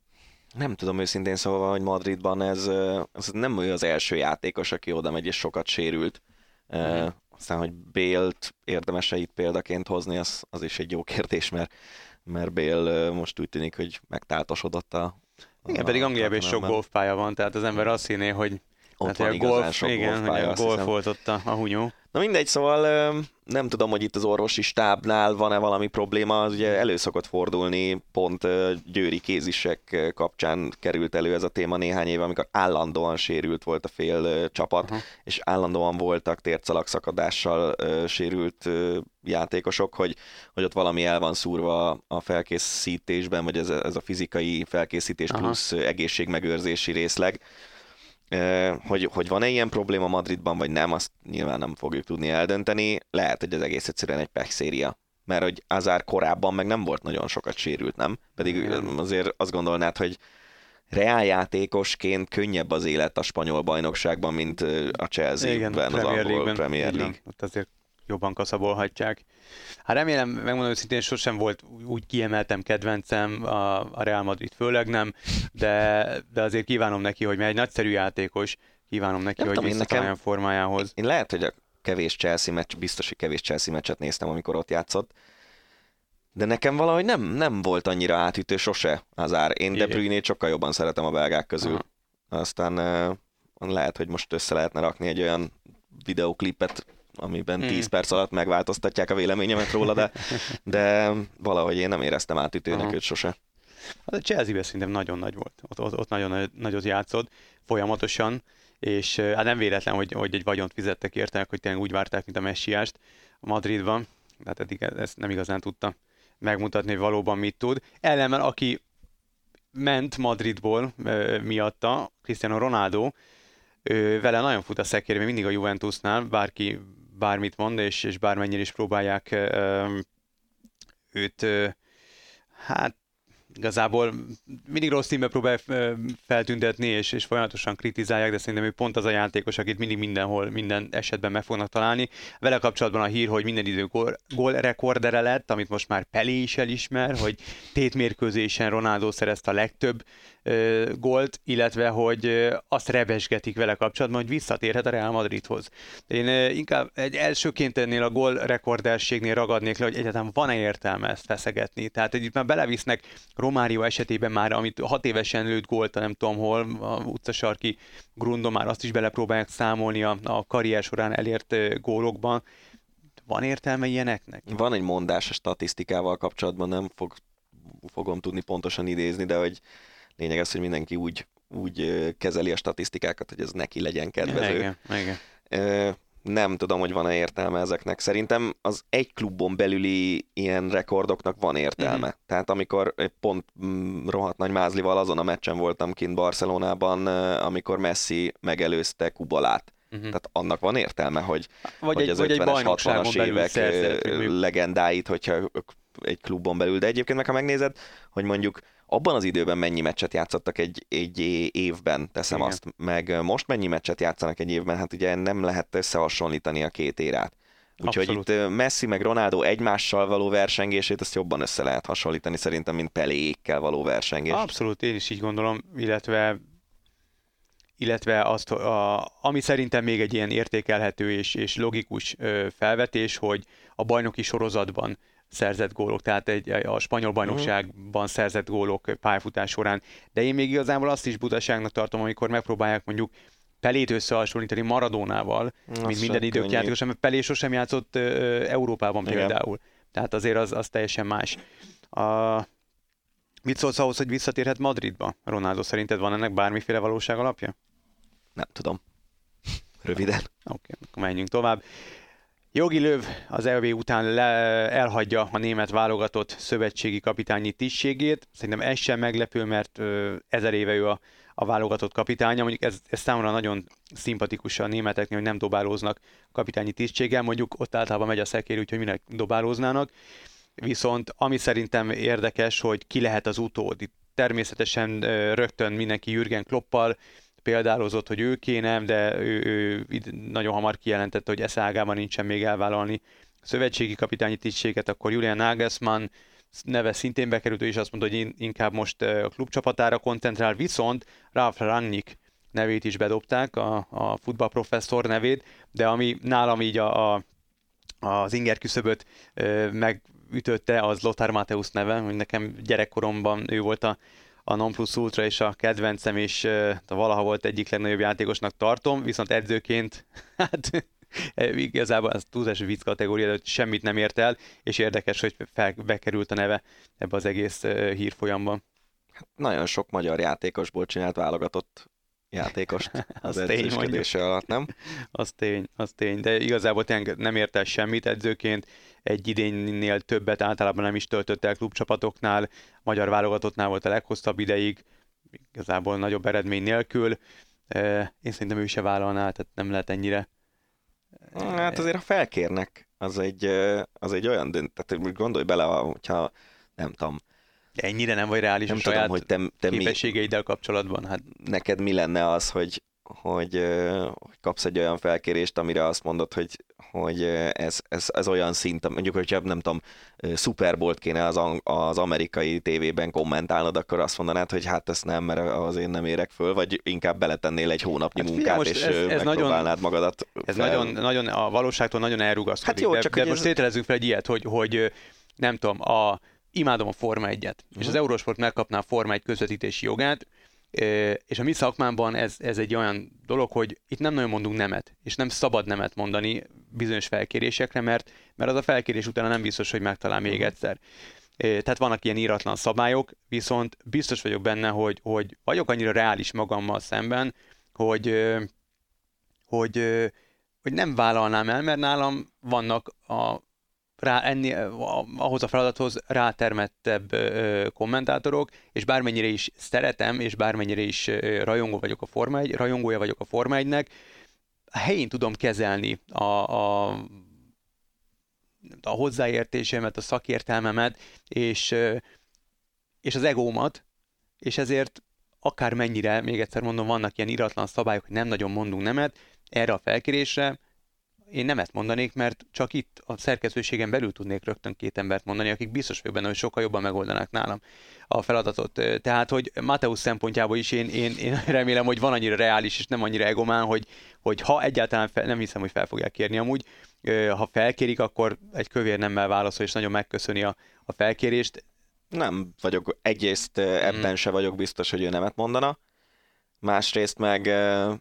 Nem tudom őszintén szóval, hogy Madridban ez, ez nem ő az első játékos, aki oda megy és sokat sérült. Mm. Aztán, hogy Bale-t érdemes-e itt példaként hozni, az, az is egy jó kérdés, mert, mert Bale most úgy tűnik, hogy megtáltosodott a... a igen, pedig Angliában is sok golfpálya van, tehát az ember azt hinné, hogy ott hát, van a igazán golf, sok igen, golfpálya, a golf volt ott a, a hunyó. Na mindegy, szóval nem tudom, hogy itt az orvosi stábnál van-e valami probléma, az ugye elő szokott fordulni, pont győri kézisek kapcsán került elő ez a téma néhány éve, amikor állandóan sérült volt a fél csapat, uh-huh. és állandóan voltak tércalagszakadással sérült játékosok, hogy, hogy ott valami el van szúrva a felkészítésben, vagy ez, ez a fizikai felkészítés uh-huh. plusz egészségmegőrzési részleg. Hogy, hogy van-e ilyen probléma Madridban, vagy nem, azt nyilván nem fogjuk tudni eldönteni. Lehet, hogy ez egész egyszerűen egy pechszéria. Mert hogy Hazard korábban meg nem volt nagyon sokat sérült, nem? Pedig azért azt gondolnád, hogy reál játékosként könnyebb az élet a spanyol bajnokságban, mint a Chelsea-ben, az angol Premier League. Ott azért jobban kaszabolhatják. Hát remélem, megmondom őszintén, sosem volt úgy kiemeltem kedvencem a, a Real Madrid, főleg nem, de, de azért kívánom neki, hogy mert egy nagyszerű játékos, kívánom neki, nem hogy visszataláljon formájához. Én lehet, hogy a kevés Chelsea meccs, biztos, hogy kevés Chelsea meccset néztem, amikor ott játszott, de nekem valahogy nem, nem volt annyira átütő sose Hazard. Én De Bruyne-t sokkal jobban szeretem a belgák közül. Aha. Aztán uh, lehet, hogy most össze lehetne rakni egy olyan videóklipet, amiben hmm. tíz perc alatt megváltoztatják a véleményemet róla, de, de valahogy én nem éreztem átütőnek uh-huh. őt sose. A Chelsea-ben szerintem nagyon nagy volt. Ott, ott, ott nagyon nagy, nagyot játszott, folyamatosan, és hát nem véletlen, hogy, hogy egy vagyont fizettek érte, hogy tényleg úgy várták, mint a Messiást a Madridban, de hát eddig ezt nem igazán tudta megmutatni, hogy valóban mit tud. Ellenben, aki ment Madridból e, miatta, Cristiano Ronaldo, ő, vele nagyon fut a szekérbe, mindig a Juventusnál, bárki bármit mond, és, és bármennyire is próbálják ö, őt, ö, hát igazából mindig rossz színbe próbál feltüntetni, és, és folyamatosan kritizálják, de szerintem ő pont az a játékos, akit mindig mindenhol, minden esetben meg fognak találni. Vele kapcsolatban a hír, hogy minden idő gól, gólrekordere lett, amit most már Pelé is elismer, hogy tétmérkőzésen Ronaldo szerezte a legtöbb ö, gólt, illetve hogy ö, azt rebesgetik vele kapcsolatban, hogy visszatérhet a Real Madridhoz. Én ö, inkább egy elsőként ennél a gólrekorderségnél ragadnék le, hogy egyáltalán van-e értelme ezt feszegetni. Tehát itt már belevisznek Romário esetében már, amit hat évesen lőtt gólt, nem tudom hol, a utcasarki Grundon már azt is belepróbálják számolni a, a karrier során elért gólokban. Van értelme ilyeneknek? Van egy mondás a statisztikával kapcsolatban, nem fog, fogom tudni pontosan idézni, de hogy lényeg az, hogy mindenki úgy, úgy kezeli a statisztikákat, hogy ez neki legyen kedvező. Igen, igen. Uh, Nem tudom, hogy van-e értelme ezeknek. Szerintem az egy klubon belüli ilyen rekordoknak van értelme. Mm-hmm. Tehát amikor pont mm, rohadt nagy mázlival azon a meccsen voltam kint Barcelonában, amikor Messi megelőzte Kubalát. Mm-hmm. Tehát annak van értelme, hogy, vagy hogy egy, az vagy ötvenes, hatvanas évek szerzett, legendáit, hogyha egy klubon belül. De egyébként meg, ha megnézed, hogy mondjuk abban az időben mennyi meccset játszottak egy, egy évben, teszem Igen. azt, meg most mennyi meccset játszanak egy évben, hát ugye nem lehet összehasonlítani a két érát. Úgyhogy itt Messi meg Ronaldo egymással való versengését, azt jobban össze lehet hasonlítani szerintem, mint Pelékkel való versengés. Abszolút, én is így gondolom, illetve illetve azt, a, ami szerintem még egy ilyen értékelhető és, és logikus ö, felvetés, hogy a bajnoki sorozatban szerzett gólok, tehát egy, a spanyol bajnokságban szerzett gólok pályafutás során. De én még igazából azt is butaságnak tartom, amikor megpróbálják mondjuk Pelét összehasonlítani Maradónával, azt mint minden idők játékos, mert Pelé sosem játszott uh, Európában Igen. például. Tehát azért az, az teljesen más. Uh, mit szólsz ahhoz, hogy visszatérhet Madridba? Ronaldo, szerinted van ennek bármiféle valóság alapja? Nem tudom. Röviden. Oké, okay, akkor menjünk tovább. Jogi Löw az é vé után le, elhagyja a német válogatott szövetségi kapitányi tisztségét. Szerintem ez sem meglepő, mert ö, ezer éve ő a, a válogatott kapitánya. Mondjuk ez, ez számomra nagyon szimpatikus a németeknél, hogy nem dobálóznak kapitányi tisztséggel. Mondjuk ott általában megy a szekér, úgyhogy minek dobálóznának. Viszont ami szerintem érdekes, hogy ki lehet az utód. Itt természetesen ö, rögtön mindenki Jürgen Kloppal példálozott, hogy ő kéne, de ő, ő nagyon hamar kijelentette, hogy esze ágában nincsen még elvállalni szövetségi kapitányi tisztséget, akkor Julian Nagelsmann neve szintén bekerült, ő is azt mondta, hogy inkább most a klubcsapatára koncentrál, viszont Ralf Rangnick nevét is bedobták, a, a futballprofesszor nevét, de ami nálam így a, a, az inger küszöböt megütötte, az Lothar Matthäus neve, hogy nekem gyerekkoromban ő volt a, a non plus ultra és a kedvencem, és uh, valaha volt egyik legnagyobb játékosnak tartom, viszont edzőként, hát igazából az túlzás vicc kategória, de semmit nem ért el, és érdekes, hogy fel, bekerült a neve ebbe az egész uh, hírfolyamban. Hát nagyon sok magyar játékosból csinált válogatott játékost az edzősködése alatt, nem? Az tény, az tény, de igazából tényleg nem ért el semmit edzőként, egy idénynél többet általában nem is töltött el klubcsapatoknál, magyar válogatottnál volt a leghosszabb ideig, igazából nagyobb eredmény nélkül. Én szerintem ő se vállalná, tehát nem lehet ennyire. Hát azért, ha felkérnek, az egy, az egy olyan dönt, tehát gondolj bele, hogyha nem tudom, ennyire nem vagy reális nem a saját tudom, hogy te, te képességeiddel kapcsolatban. Hát... Neked mi lenne az, hogy, hogy, hogy kapsz egy olyan felkérést, amire azt mondod, hogy, hogy ez, ez, ez olyan szint, mondjuk, hogyha nem tudom, Super Bowl-t kéne az, az amerikai tévében kommentálnod, akkor azt mondanád, hogy hát ezt nem, mert azért nem érek föl, vagy inkább beletennél egy hónapnyi hát munkát, és ez, ez megpróbálnád nagyon, magadat Ez fel... nagyon, nagyon a valóságtól nagyon elrugaszkodik. Hát jó, de, csak de most ez... tételezzünk fel egy ilyet, hogy, hogy nem tudom, a imádom a Forma egyet, uh-huh. és az Eurosport megkapná a Forma egy közvetítési jogát, és a mi szakmámban ez, ez egy olyan dolog, hogy itt nem nagyon mondunk nemet, és nem szabad nemet mondani bizonyos felkérésekre, mert, mert az a felkérés utána nem biztos, hogy megtalál még uh-huh. egyszer. Tehát vannak ilyen íratlan szabályok, viszont biztos vagyok benne, hogy, hogy vagyok annyira reális magammal szemben, hogy, hogy, hogy nem vállalnám el, mert nálam vannak a rá enni, ahhoz a feladathoz rátermettebb ö, kommentátorok, és bármennyire is szeretem, és bármennyire is ö, rajongó vagyok a Forma egy, rajongója vagyok a Forma egynek, a helyén tudom kezelni a, a, a hozzáértésemet, a szakértelmemet, és, ö, és az egómat, és ezért akármennyire, még egyszer mondom, vannak ilyen iratlan szabályok, hogy nem nagyon mondunk nemet, erre a felkérésre én nemet mondanék, mert csak itt a szerkesztőségen belül tudnék rögtön két embert mondani, akik biztos vagyok benne, hogy sokkal jobban megoldanák nálam a feladatot. Tehát, hogy Matthäus szempontjából is én, én, én remélem, hogy van annyira reális és nem annyira egomán, hogy, hogy ha egyáltalán fel, nem hiszem, hogy fel fogják kérni amúgy, ha felkérik, akkor egy kövér nemmel válaszol, és nagyon megköszöni a, a felkérést. Nem vagyok, egyrészt ebben mm. se vagyok biztos, hogy ő nemet mondana, másrészt meg...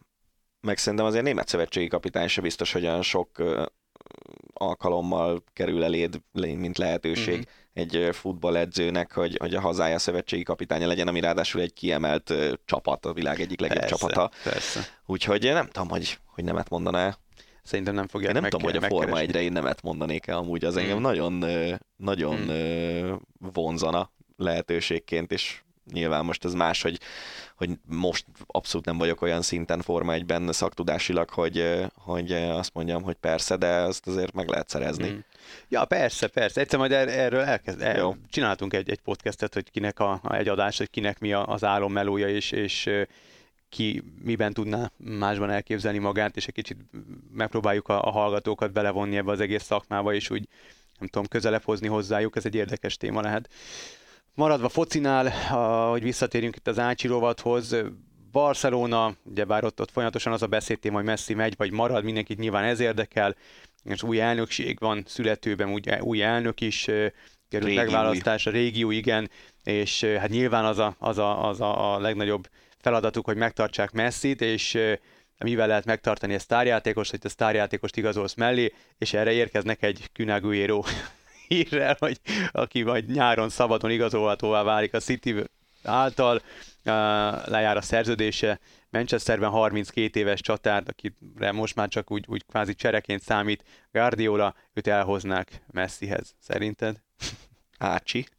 meg szerintem azért német szövetségi kapitány se biztos, hogy olyan sok uh, alkalommal kerül eléd, mint lehetőség mm-hmm. egy futballedzőnek, hogy, hogy a hazája szövetségi kapitánya legyen, ami ráadásul egy kiemelt uh, csapat, a világ egyik legjobb persze, csapata. Persze. Úgyhogy nem tudom, hogy, hogy nemet mondaná. Szerintem nem fogják én nem meg, tudom, hogy a Forma egyre én nemet mondanék el, amúgy az mm. engem nagyon, nagyon mm. vonzana lehetőségként, és nyilván most ez más, hogy, hogy most abszolút nem vagyok olyan szinten Forma egyben szaktudásilag, hogy, hogy azt mondjam, hogy persze, de azt azért meg lehet szerezni. Mm. Ja, persze, persze. Egyszer majd er, erről elkezd, el, csináltunk egy, egy podcastet, hogy kinek a, egy adás, hogy kinek mi az álom melója, és, és ki miben tudná másban elképzelni magát, és egy kicsit megpróbáljuk a, a hallgatókat belevonni ebbe az egész szakmába, és úgy, nem tudom, közelebb hozni hozzájuk, ez egy érdekes téma lehet. Maradva focinál, hogy visszatérjünk itt az Ácsi rovathoz, Barcelona, ugyebár ott, ott folyamatosan az a beszédtém, hogy Messi megy, vagy marad, mindenkit nyilván ez érdekel, és új elnökség van születőben, új, új elnök is került megválasztásra, régió, igen, és hát nyilván az a, az, a, az a, a legnagyobb feladatuk, hogy megtartsák Messit, és mivel lehet megtartani a sztárjátékost, hogy a sztárjátékost igazolsz mellé, és erre érkeznek egy Kun Agüero hírrel, hogy aki majd nyáron szabadon igazolhatóvá válik a City által, uh, lejár a szerződése, Manchesterben harminckét éves csatár, akire most már csak úgy, úgy kvázi csereként számít, Guardiola, őt elhoznák Messihez. Szerinted? Ácsi.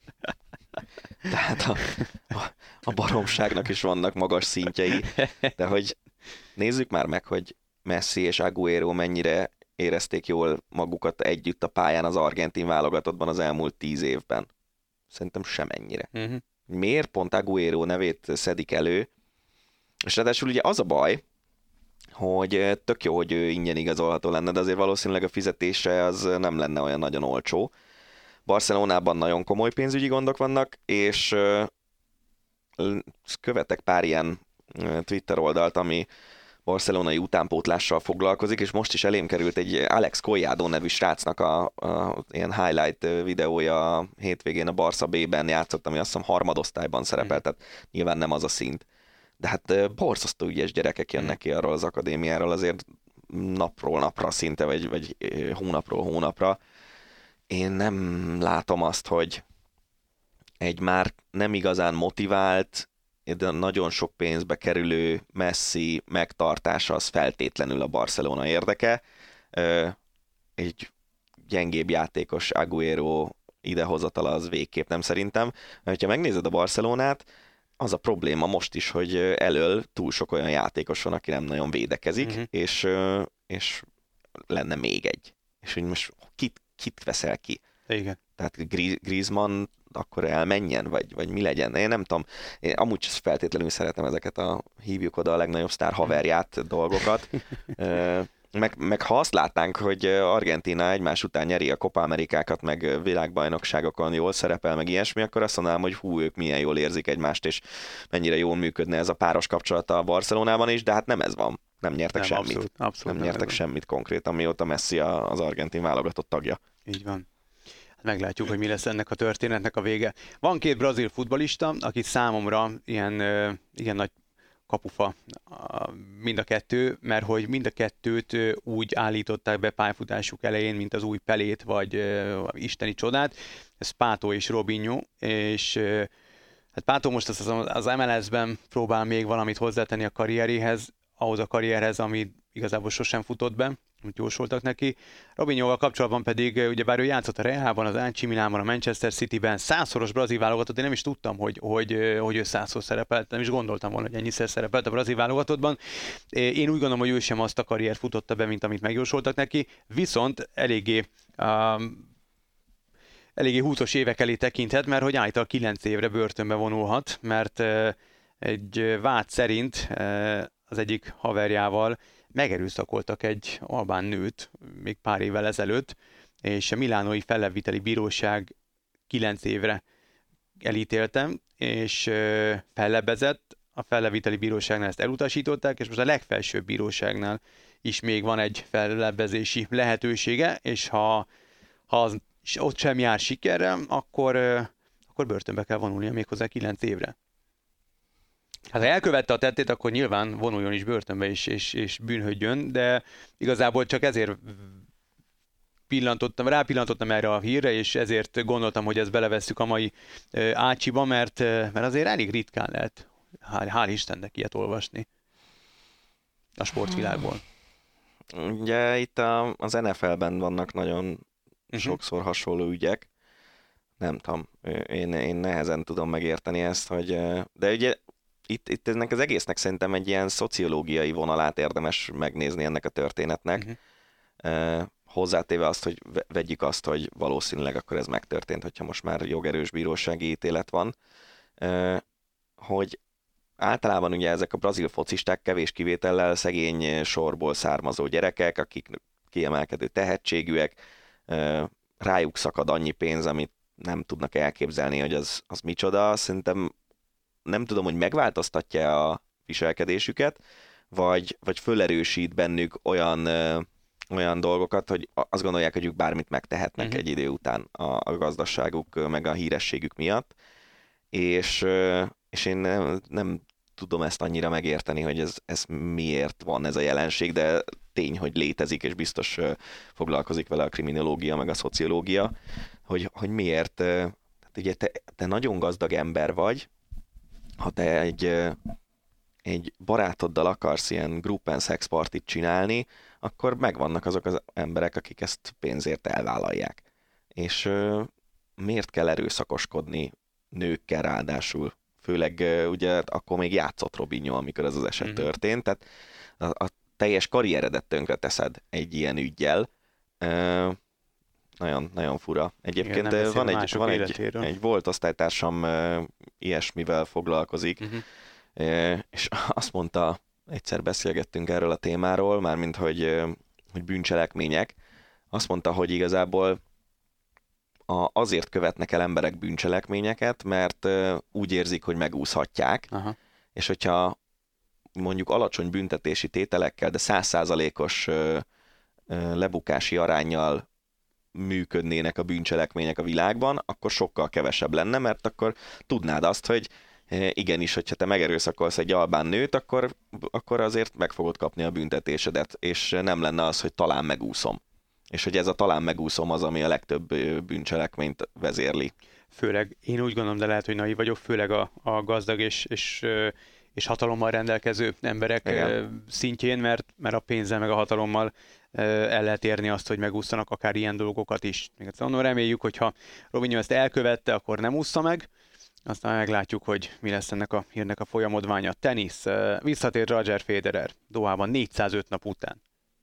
Tehát a, a, a baromságnak is vannak magas szintjei, de hogy nézzük már meg, hogy Messi és Agüero mennyire érezték jól magukat együtt a pályán az argentin válogatottban az elmúlt tíz évben. Szerintem semennyire. Uh-huh. Miért pont Agüero nevét szedik elő? És ráadásul ugye az a baj, hogy tök jó, hogy ő ingyen igazolható lenne, de azért valószínűleg a fizetése az nem lenne olyan nagyon olcsó. Barcelonában nagyon komoly pénzügyi gondok vannak, és követek pár ilyen Twitter oldalt, ami barcelonai utánpótlással foglalkozik, és most is elém került egy Alex Collado nevű srácnak a, a ilyen highlight videója a hétvégén a Barca B-ben játszott, ami azt hiszem harmadosztályban szerepelt, tehát nyilván nem az a szint. De hát borzasztó ügyes gyerekek jönnek ki arról az akadémiáról, azért napról napra szinte, vagy, vagy hónapról hónapra. Én nem látom azt, hogy egy már nem igazán motivált, de nagyon sok pénzbe kerülő Messi megtartása az feltétlenül a Barcelona érdeke. Egy gyengébb játékos Agüero idehozatala az végképp nem szerintem. Ha megnézed a Barcelonát, az a probléma most is, hogy elől túl sok olyan játékos van, aki nem nagyon védekezik, uh-huh. és, és lenne még egy. És hogy most kit, kit veszel ki? Igen. Tehát Griezmann akkor elmenjen, vagy, vagy mi legyen? Én nem tudom. Én amúgy feltétlenül szeretem ezeket a hívjuk oda a legnagyobb sztár haverját dolgokat. Meg, meg ha azt látnánk, hogy Argentína egymás után nyeri a Copa Amerikákat, meg világbajnokságokon jól szerepel, meg ilyesmi, akkor azt mondanám, hogy hú, ők milyen jól érzik egymást, és mennyire jól működne ez a páros kapcsolata a Barcelonában is, de hát nem ez van. Nem nyertek nem, semmit. Abszolút, abszolút nem nyertek semmit konkrétan, mióta Messi az argentin válogatott tagja. Így van. Meglátjuk, hogy mi lesz ennek a történetnek a vége. Van két brazil futballista, aki számomra ilyen, ilyen nagy kapufa mind a kettő, mert hogy mind a kettőt úgy állították be pályafutásuk elején, mint az új Pelét, vagy uh, isteni csodát. Ez Pato és Robinho, és uh, hát Pato most az, az em el es-ben próbál még valamit hozzátenni a karrieréhez, ahhoz a karrierhez, ami igazából sosem futott be, amit jósoltak neki. Robinhoval kapcsolatban pedig, ugyebár ő játszott a Realban, az á cé Milánban, a Manchester Cityben, százszoros brazil válogatott, én nem is tudtam, hogy, hogy, hogy ő százszor szerepelt, nem is gondoltam volna, hogy ennyiszer szerepelt a brazil válogatottban. Én úgy gondolom, hogy ő sem azt a karriert futotta be, mint amit megjósoltak neki, viszont eléggé um, eléggé húszos évek elé tekinthet, mert hogy állítólag kilenc évre börtönbe vonulhat, mert uh, egy vád szerint uh, az egyik haverjával megerőszakoltak egy albán nőt még pár évvel ezelőtt, és a milánói fellebbviteli bíróság kilenc évre elítéltem, és fellebbezett. A fellebbviteli bíróságnál ezt elutasították, és most a legfelsőbb bíróságnál is még van egy fellebbezési lehetősége, és ha, ha az, ott sem jár sikerrel, akkor, akkor börtönbe kell vonulnia méghozzá kilenc évre. Hát ha elkövette a tettét, akkor nyilván vonuljon is börtönbe és, és, és bűnhődjön, de igazából csak ezért pillantottam, rápillantottam erre a hírre, és ezért gondoltam, hogy ezt belevesszük a mai ácsiba, mert, mert azért elég ritkán lehet, hál', hál' Istennek ilyet olvasni a sportvilágból. Ugye itt a, az en ef el-ben vannak nagyon uh-huh. sokszor hasonló ügyek. Nem tudom, én, én nehezen tudom megérteni ezt, hogy de ugye Itt, itt ennek az egésznek szerintem egy ilyen szociológiai vonalát érdemes megnézni ennek a történetnek. Uh-huh. Uh, hozzátéve azt, hogy vegyük azt, hogy valószínűleg akkor ez megtörtént, hogyha most már jogerős bírósági ítélet van. Uh, hogy általában ugye ezek a brazil focisták kevés kivétellel szegény sorból származó gyerekek, akik kiemelkedő tehetségűek, uh, rájuk szakad annyi pénz, amit nem tudnak elképzelni, hogy az, az micsoda. Szerintem nem tudom, hogy megváltoztatja a viselkedésüket, vagy, vagy fölerősít bennük olyan, ö, olyan dolgokat, hogy azt gondolják, hogy ők bármit megtehetnek uh-huh. egy idő után a, a gazdaságuk, meg a hírességük miatt. És, ö, és én nem, nem tudom ezt annyira megérteni, hogy ez, ez miért van ez a jelenség, de tény, hogy létezik, és biztos ö, foglalkozik vele a kriminológia, meg a szociológia, hogy, hogy miért. Ö, tehát ugye te, te nagyon gazdag ember vagy, ha te egy, egy barátoddal akarsz ilyen group and sex partit csinálni, akkor megvannak azok az emberek, akik ezt pénzért elvállalják. És uh, miért kell erőszakoskodni nőkkel ráadásul? Főleg uh, ugye akkor még játszott Robinho, amikor ez az eset mm-hmm. történt, tehát a, a teljes karrieredet tönkre teszed egy ilyen üggyel. Uh, Nagyon, nagyon fura. Egyébként igen, van, egy, van egy, egy volt osztálytársam uh, ilyesmivel foglalkozik, uh-huh. uh, és azt mondta, egyszer beszélgettünk erről a témáról, mármint, hogy, uh, hogy bűncselekmények, azt mondta, hogy igazából a, azért követnek el emberek bűncselekményeket, mert uh, úgy érzik, hogy megúszhatják, Aha. és hogyha mondjuk alacsony büntetési tételekkel, de száz százalékos uh, uh, lebukási aránnyal működnének a bűncselekmények a világban, akkor sokkal kevesebb lenne, mert akkor tudnád azt, hogy igenis, hogyha te megerőszakolsz egy albán nőt, akkor, akkor azért meg fogod kapni a büntetésedet, és nem lenne az, hogy talán megúszom. És hogy ez a talán megúszom az, ami a legtöbb bűncselekményt vezérli. Főleg, én úgy gondolom, de lehet, hogy naiv vagyok, főleg a, a gazdag és, és, és hatalommal rendelkező emberek Igen. szintjén, mert, mert a pénzzel meg a hatalommal el lehet érni azt, hogy megúszanak akár ilyen dolgokat is. Még egyszer mondom, reméljük, hogyha Robinho ezt elkövette, akkor nem ússza meg, aztán meglátjuk, hogy mi lesz ennek a hírnek a folyamodványa. Tenisz, visszatért Roger Federer Dohában négyszázöt nap után.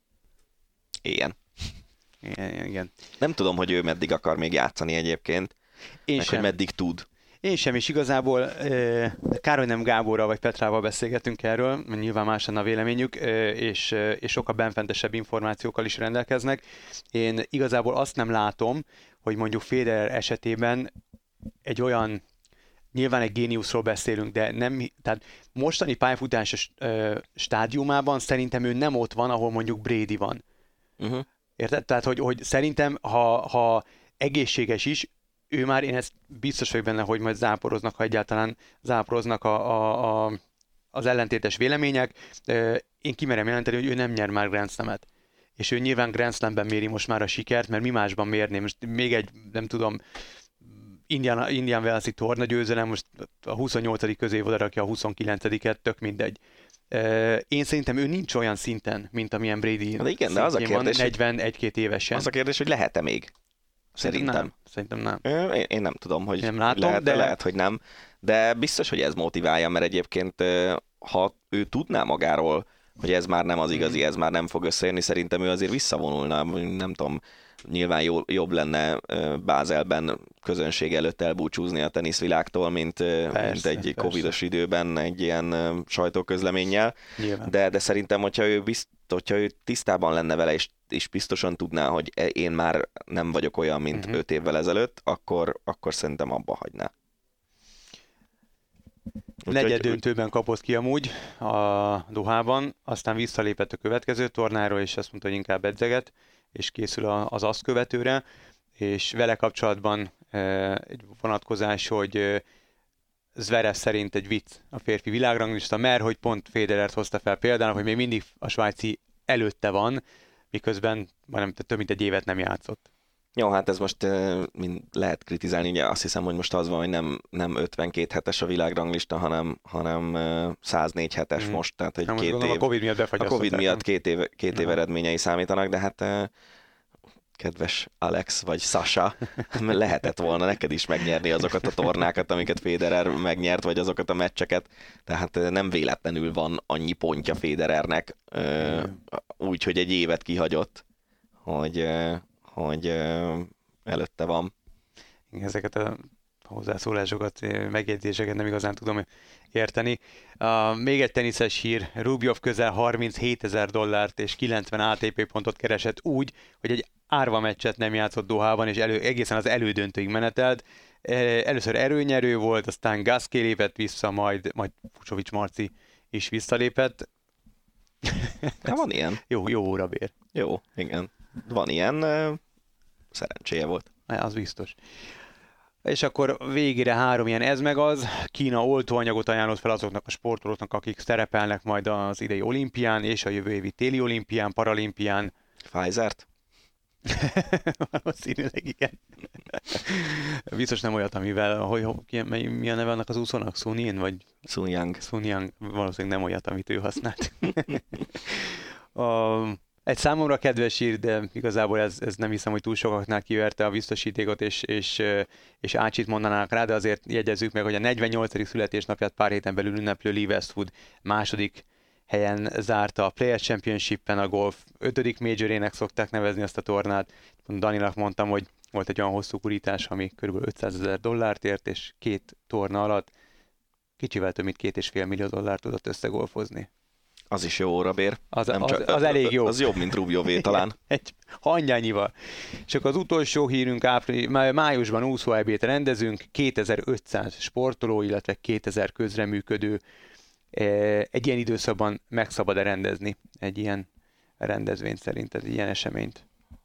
Igen. Igen, igen. Nem tudom, hogy ő meddig akar még játszani egyébként, Én meg sem. hogy meddig tud. Én sem, és igazából eh, kár, hogy nem Gáborral vagy Petrával beszélgetünk erről, mert nyilván más lenne a véleményük, eh, és, eh, és sokkal benfentesebb információkkal is rendelkeznek. Én igazából azt nem látom, hogy mondjuk Federer esetében egy olyan, nyilván egy géniuszról beszélünk, de nem, tehát mostani pályafutásos eh, stádiumában szerintem ő nem ott van, ahol mondjuk Brady van. Uh-huh. Érted? Tehát, hogy, hogy szerintem, ha, ha egészséges is, ő már, én ezt biztos vagyok benne, hogy majd záporoznak, ha egyáltalán záporoznak a, a, a, az ellentétes vélemények. Én kimerem jelenteni, hogy ő nem nyer már Grand Slamet. És ő nyilván Grand Slamben méri most már a sikert, mert mi másban mérném. Most még egy, nem tudom, Indian, Indian Wells-i torna győzelem, most a huszonnyolcadik közé oda rakja a huszonkilencediket, tök mindegy. Én szerintem ő nincs olyan szinten, mint amilyen Brady de igen, de az a kérdés, van, negyvenegy-két évesen. Az a kérdés, hogy lehet-e még? Szerintem. Nem. Szerintem nem. Én, én nem tudom, hogy nem látom, lehet, de... lehet, hogy nem. De biztos, hogy ez motiválja, mert egyébként ha ő tudná magáról, hogy ez már nem az igazi, ez már nem fog összejönni, szerintem ő azért visszavonulna, nem tudom, nyilván jó, jobb lenne Bázelben közönség előtt elbúcsúzni a teniszvilágtól, mint, persze, mint egy persze. covidos időben egy ilyen sajtóközleménnyel. De, de szerintem, hogyha ő, bizt, hogyha ő tisztában lenne vele, és, és biztosan tudná, hogy én már nem vagyok olyan, mint uh-huh. öt évvel ezelőtt, akkor, akkor szerintem abba hagyná. Negyed döntőben kapott ki amúgy a Dohában, aztán visszalépett a következő tornáról, és azt mondta, hogy inkább edzeget, és készül az azt követőre, és vele kapcsolatban egy vonatkozás, hogy Zverev szerint egy vicc a férfi világranglista, mert hogy pont Federert hozta fel például, hogy még mindig a svájci előtte van, miközben majdnem több mint egy évet nem játszott. Jó, hát ez most uh, mind lehet kritizálni, ugye azt hiszem, hogy most az van, hogy nem, nem ötvenkét hetes a világranglista, hanem, hanem uh, száznégy hetes mm. most, tehát egy nem, két év, a Covid miatt a Covid miatt két év, két év eredményei számítanak, de hát uh, kedves Alex vagy Sasha, lehetett volna neked is megnyerni azokat a tornákat, amiket Federer megnyert, vagy azokat a meccseket, tehát uh, nem véletlenül van annyi pontja Federernek, uh, úgy, hogy egy évet kihagyott, hogy... Uh, hogy uh, előtte van. Ezeket a hozzászólásokat, megjegyzéseket nem igazán tudom érteni. Uh, még egy teniszes hír, Rublev közel harminchét ezer dollárt és kilencven á té pé pontot keresett úgy, hogy egy árva meccset nem játszott Dohában, és elő, egészen az elődöntőig menetelt. Először erőnyerő volt, aztán Gasquet lépett vissza, majd, majd Fucsovics Marci is visszalépett. Hát van ilyen. jó, jó órabér. Jó, igen. Van ilyen, szerencséje volt. Az biztos. És akkor végére három ilyen ez meg az. Kína oltóanyagot ajánlott fel azoknak a sportolóknak, akik szerepelnek majd az idei olimpián és a jövő évi téli olimpián, paralimpián. Pfizer-t? Valószínűleg igen. Biztos nem olyat, amivel, hogy, hogy mi a neve annak az úszónak? Sun Yin, vagy? Sun Yang. Sun Yang. Valószínűleg nem olyat, amit ő használt. a... Egy számomra kedves hír, de igazából ez, ez nem hiszem, hogy túl sokaknál kiverte a biztosítékot, és, és, és Ácsit mondanák rá, de azért jegyezzük meg, hogy a negyvennyolcadik születésnapját pár héten belül ünneplő Lee Westwood második helyen zárta a Players Championship-en a golf ötödik majorének szokták nevezni ezt a tornát. Daninak mondtam, hogy volt egy olyan hosszú kurítás, ami kb. ötszázezer dollárt ért, és két torna alatt kicsivel több mint két és fél millió dollárt tudott összegolfozni. Az is jó órabér. Az, az, csak, az elég jó. Az jobb, mint Rubjóvé talán. Egy hangyányival. És akkor az utolsó hírünk, április, májusban úszó é bét rendezünk, kétezer-ötszáz sportoló, illetve kétezer közreműködő. Egy ilyen időszakban meg szabad-e rendezni egy ilyen rendezvényt szerint, egy ilyen eseményt?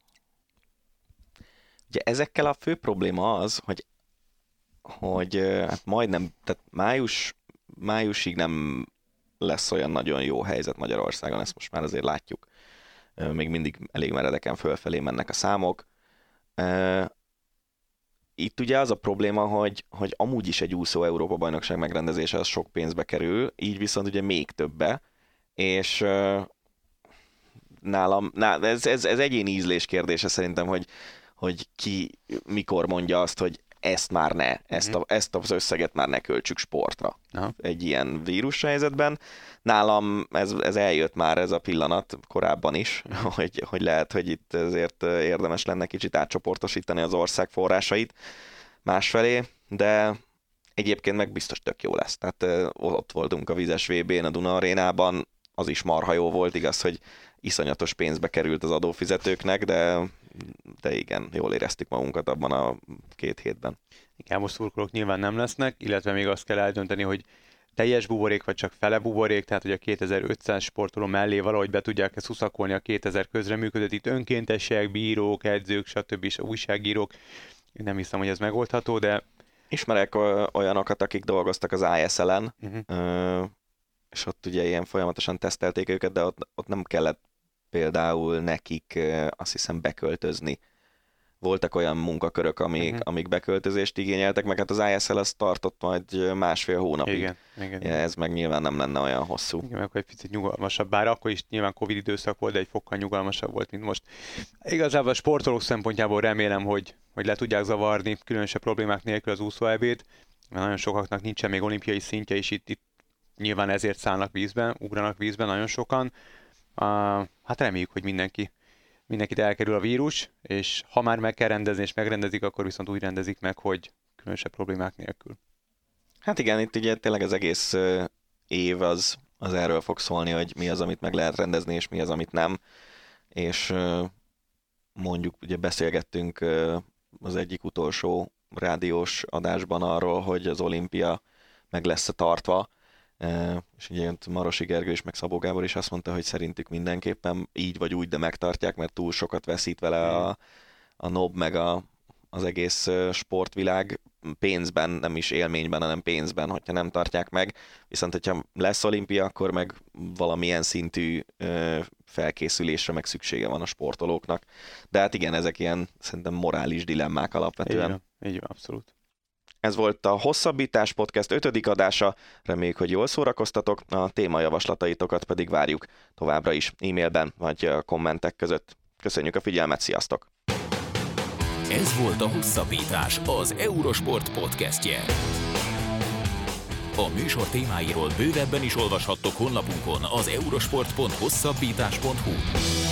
Ugye ezekkel a fő probléma az, hogy, hogy hát majdnem, tehát május, májusig nem lesz olyan nagyon jó helyzet Magyarországon, ezt most már azért látjuk. Még mindig elég meredeken fölfelé mennek a számok. Itt ugye az a probléma, hogy, hogy amúgy is egy úszó Európa-bajnokság megrendezése az sok pénzbe kerül, így viszont ugye még többe, és nálam, ná, ez, ez, ez egyéni ízlés kérdése szerintem, hogy, hogy ki mikor mondja azt, hogy ezt már ne, ezt, a, ezt az összeget már ne költsük sportra. Aha. Egy ilyen vírus helyzetben. Nálam ez, ez eljött már ez a pillanat korábban is, hogy, hogy lehet, hogy itt ezért érdemes lenne kicsit átcsoportosítani az ország forrásait másfelé, de egyébként meg biztos tök jó lesz. Tehát ott voltunk a vizes vé bén a Duna Arénában, az is marha jó volt, igaz, hogy iszonyatos pénzbe került az adófizetőknek, de, de igen, jól éreztük magunkat abban a két hétben. Igen, most szurkolók nyilván nem lesznek, illetve még azt kell eldönteni, hogy teljes buborék, vagy csak fele buborék, tehát hogy a kétezer-ötszáz sportoló mellé valahogy be tudják ezt huszakolni a kétezer közreműködőt, itt önkéntesek, bírók, edzők, stb. És újságírók. Én nem hiszem, hogy ez megoldható, de... Ismerek olyanokat, akik dolgoztak az i es el-en, uh-huh. és ott ugye ilyen folyamatosan tesztelték őket, de ott, ott nem kellett például nekik azt hiszem beköltözni. Voltak olyan munkakörök, amik, uh-huh. amik beköltözést igényeltek, meg hát az i es el az tartott majd másfél hónapig. Igen, igen. Ja, ez meg nyilván nem lenne olyan hosszú. Igen, meg egy picit nyugalmasabb, bár akkor is nyilván Covid időszak volt, de egy fokkal nyugalmasabb volt, mint most. Igazából a sportolók szempontjából remélem, hogy, hogy le tudják zavarni különösebb problémák nélkül az úszó é bét, mert nagyon sokaknak nincsen még olimpiai szintje, és itt, itt nyilván ezért szállnak vízben, ugranak vízben nagyon sokan. Uh, hát reméljük, hogy mindenki mindenkit elkerül a vírus, és ha már meg kell rendezni, és megrendezik, akkor viszont úgy rendezik meg, hogy különösebb problémák nélkül. Hát igen, itt ugye tényleg az egész év az, az erről fog szólni, hogy mi az, amit meg lehet rendezni, és mi az, amit nem. És mondjuk ugye beszélgettünk az egyik utolsó rádiós adásban arról, hogy az olimpia meg lesz tartva, és ugye Marosi Gergő is, meg Szabó Gábor is azt mondta, hogy szerintük mindenképpen így vagy úgy, de megtartják, mert túl sokat veszít vele a, a nob, meg a, az egész sportvilág pénzben, nem is élményben, hanem pénzben, hogyha nem tartják meg. Viszont, hogyha lesz olimpia, akkor meg valamilyen szintű felkészülésre meg szüksége van a sportolóknak. De hát igen, ezek ilyen szerintem morális dilemmák alapvetően. Így van, így van, abszolút. Ez volt a Hosszabbítás Podcast ötödik adása, reméljük, hogy jól szórakoztatok, a témajavaslataitokat pedig várjuk továbbra is e-mailben vagy a kommentek között. Köszönjük a figyelmet, sziasztok! Ez volt a Hosszabbítás, az Eurosport podcastje. A műsor témáiról bővebben is olvashattok honlapunkon az eurosport pont hosszabbítás pont hu.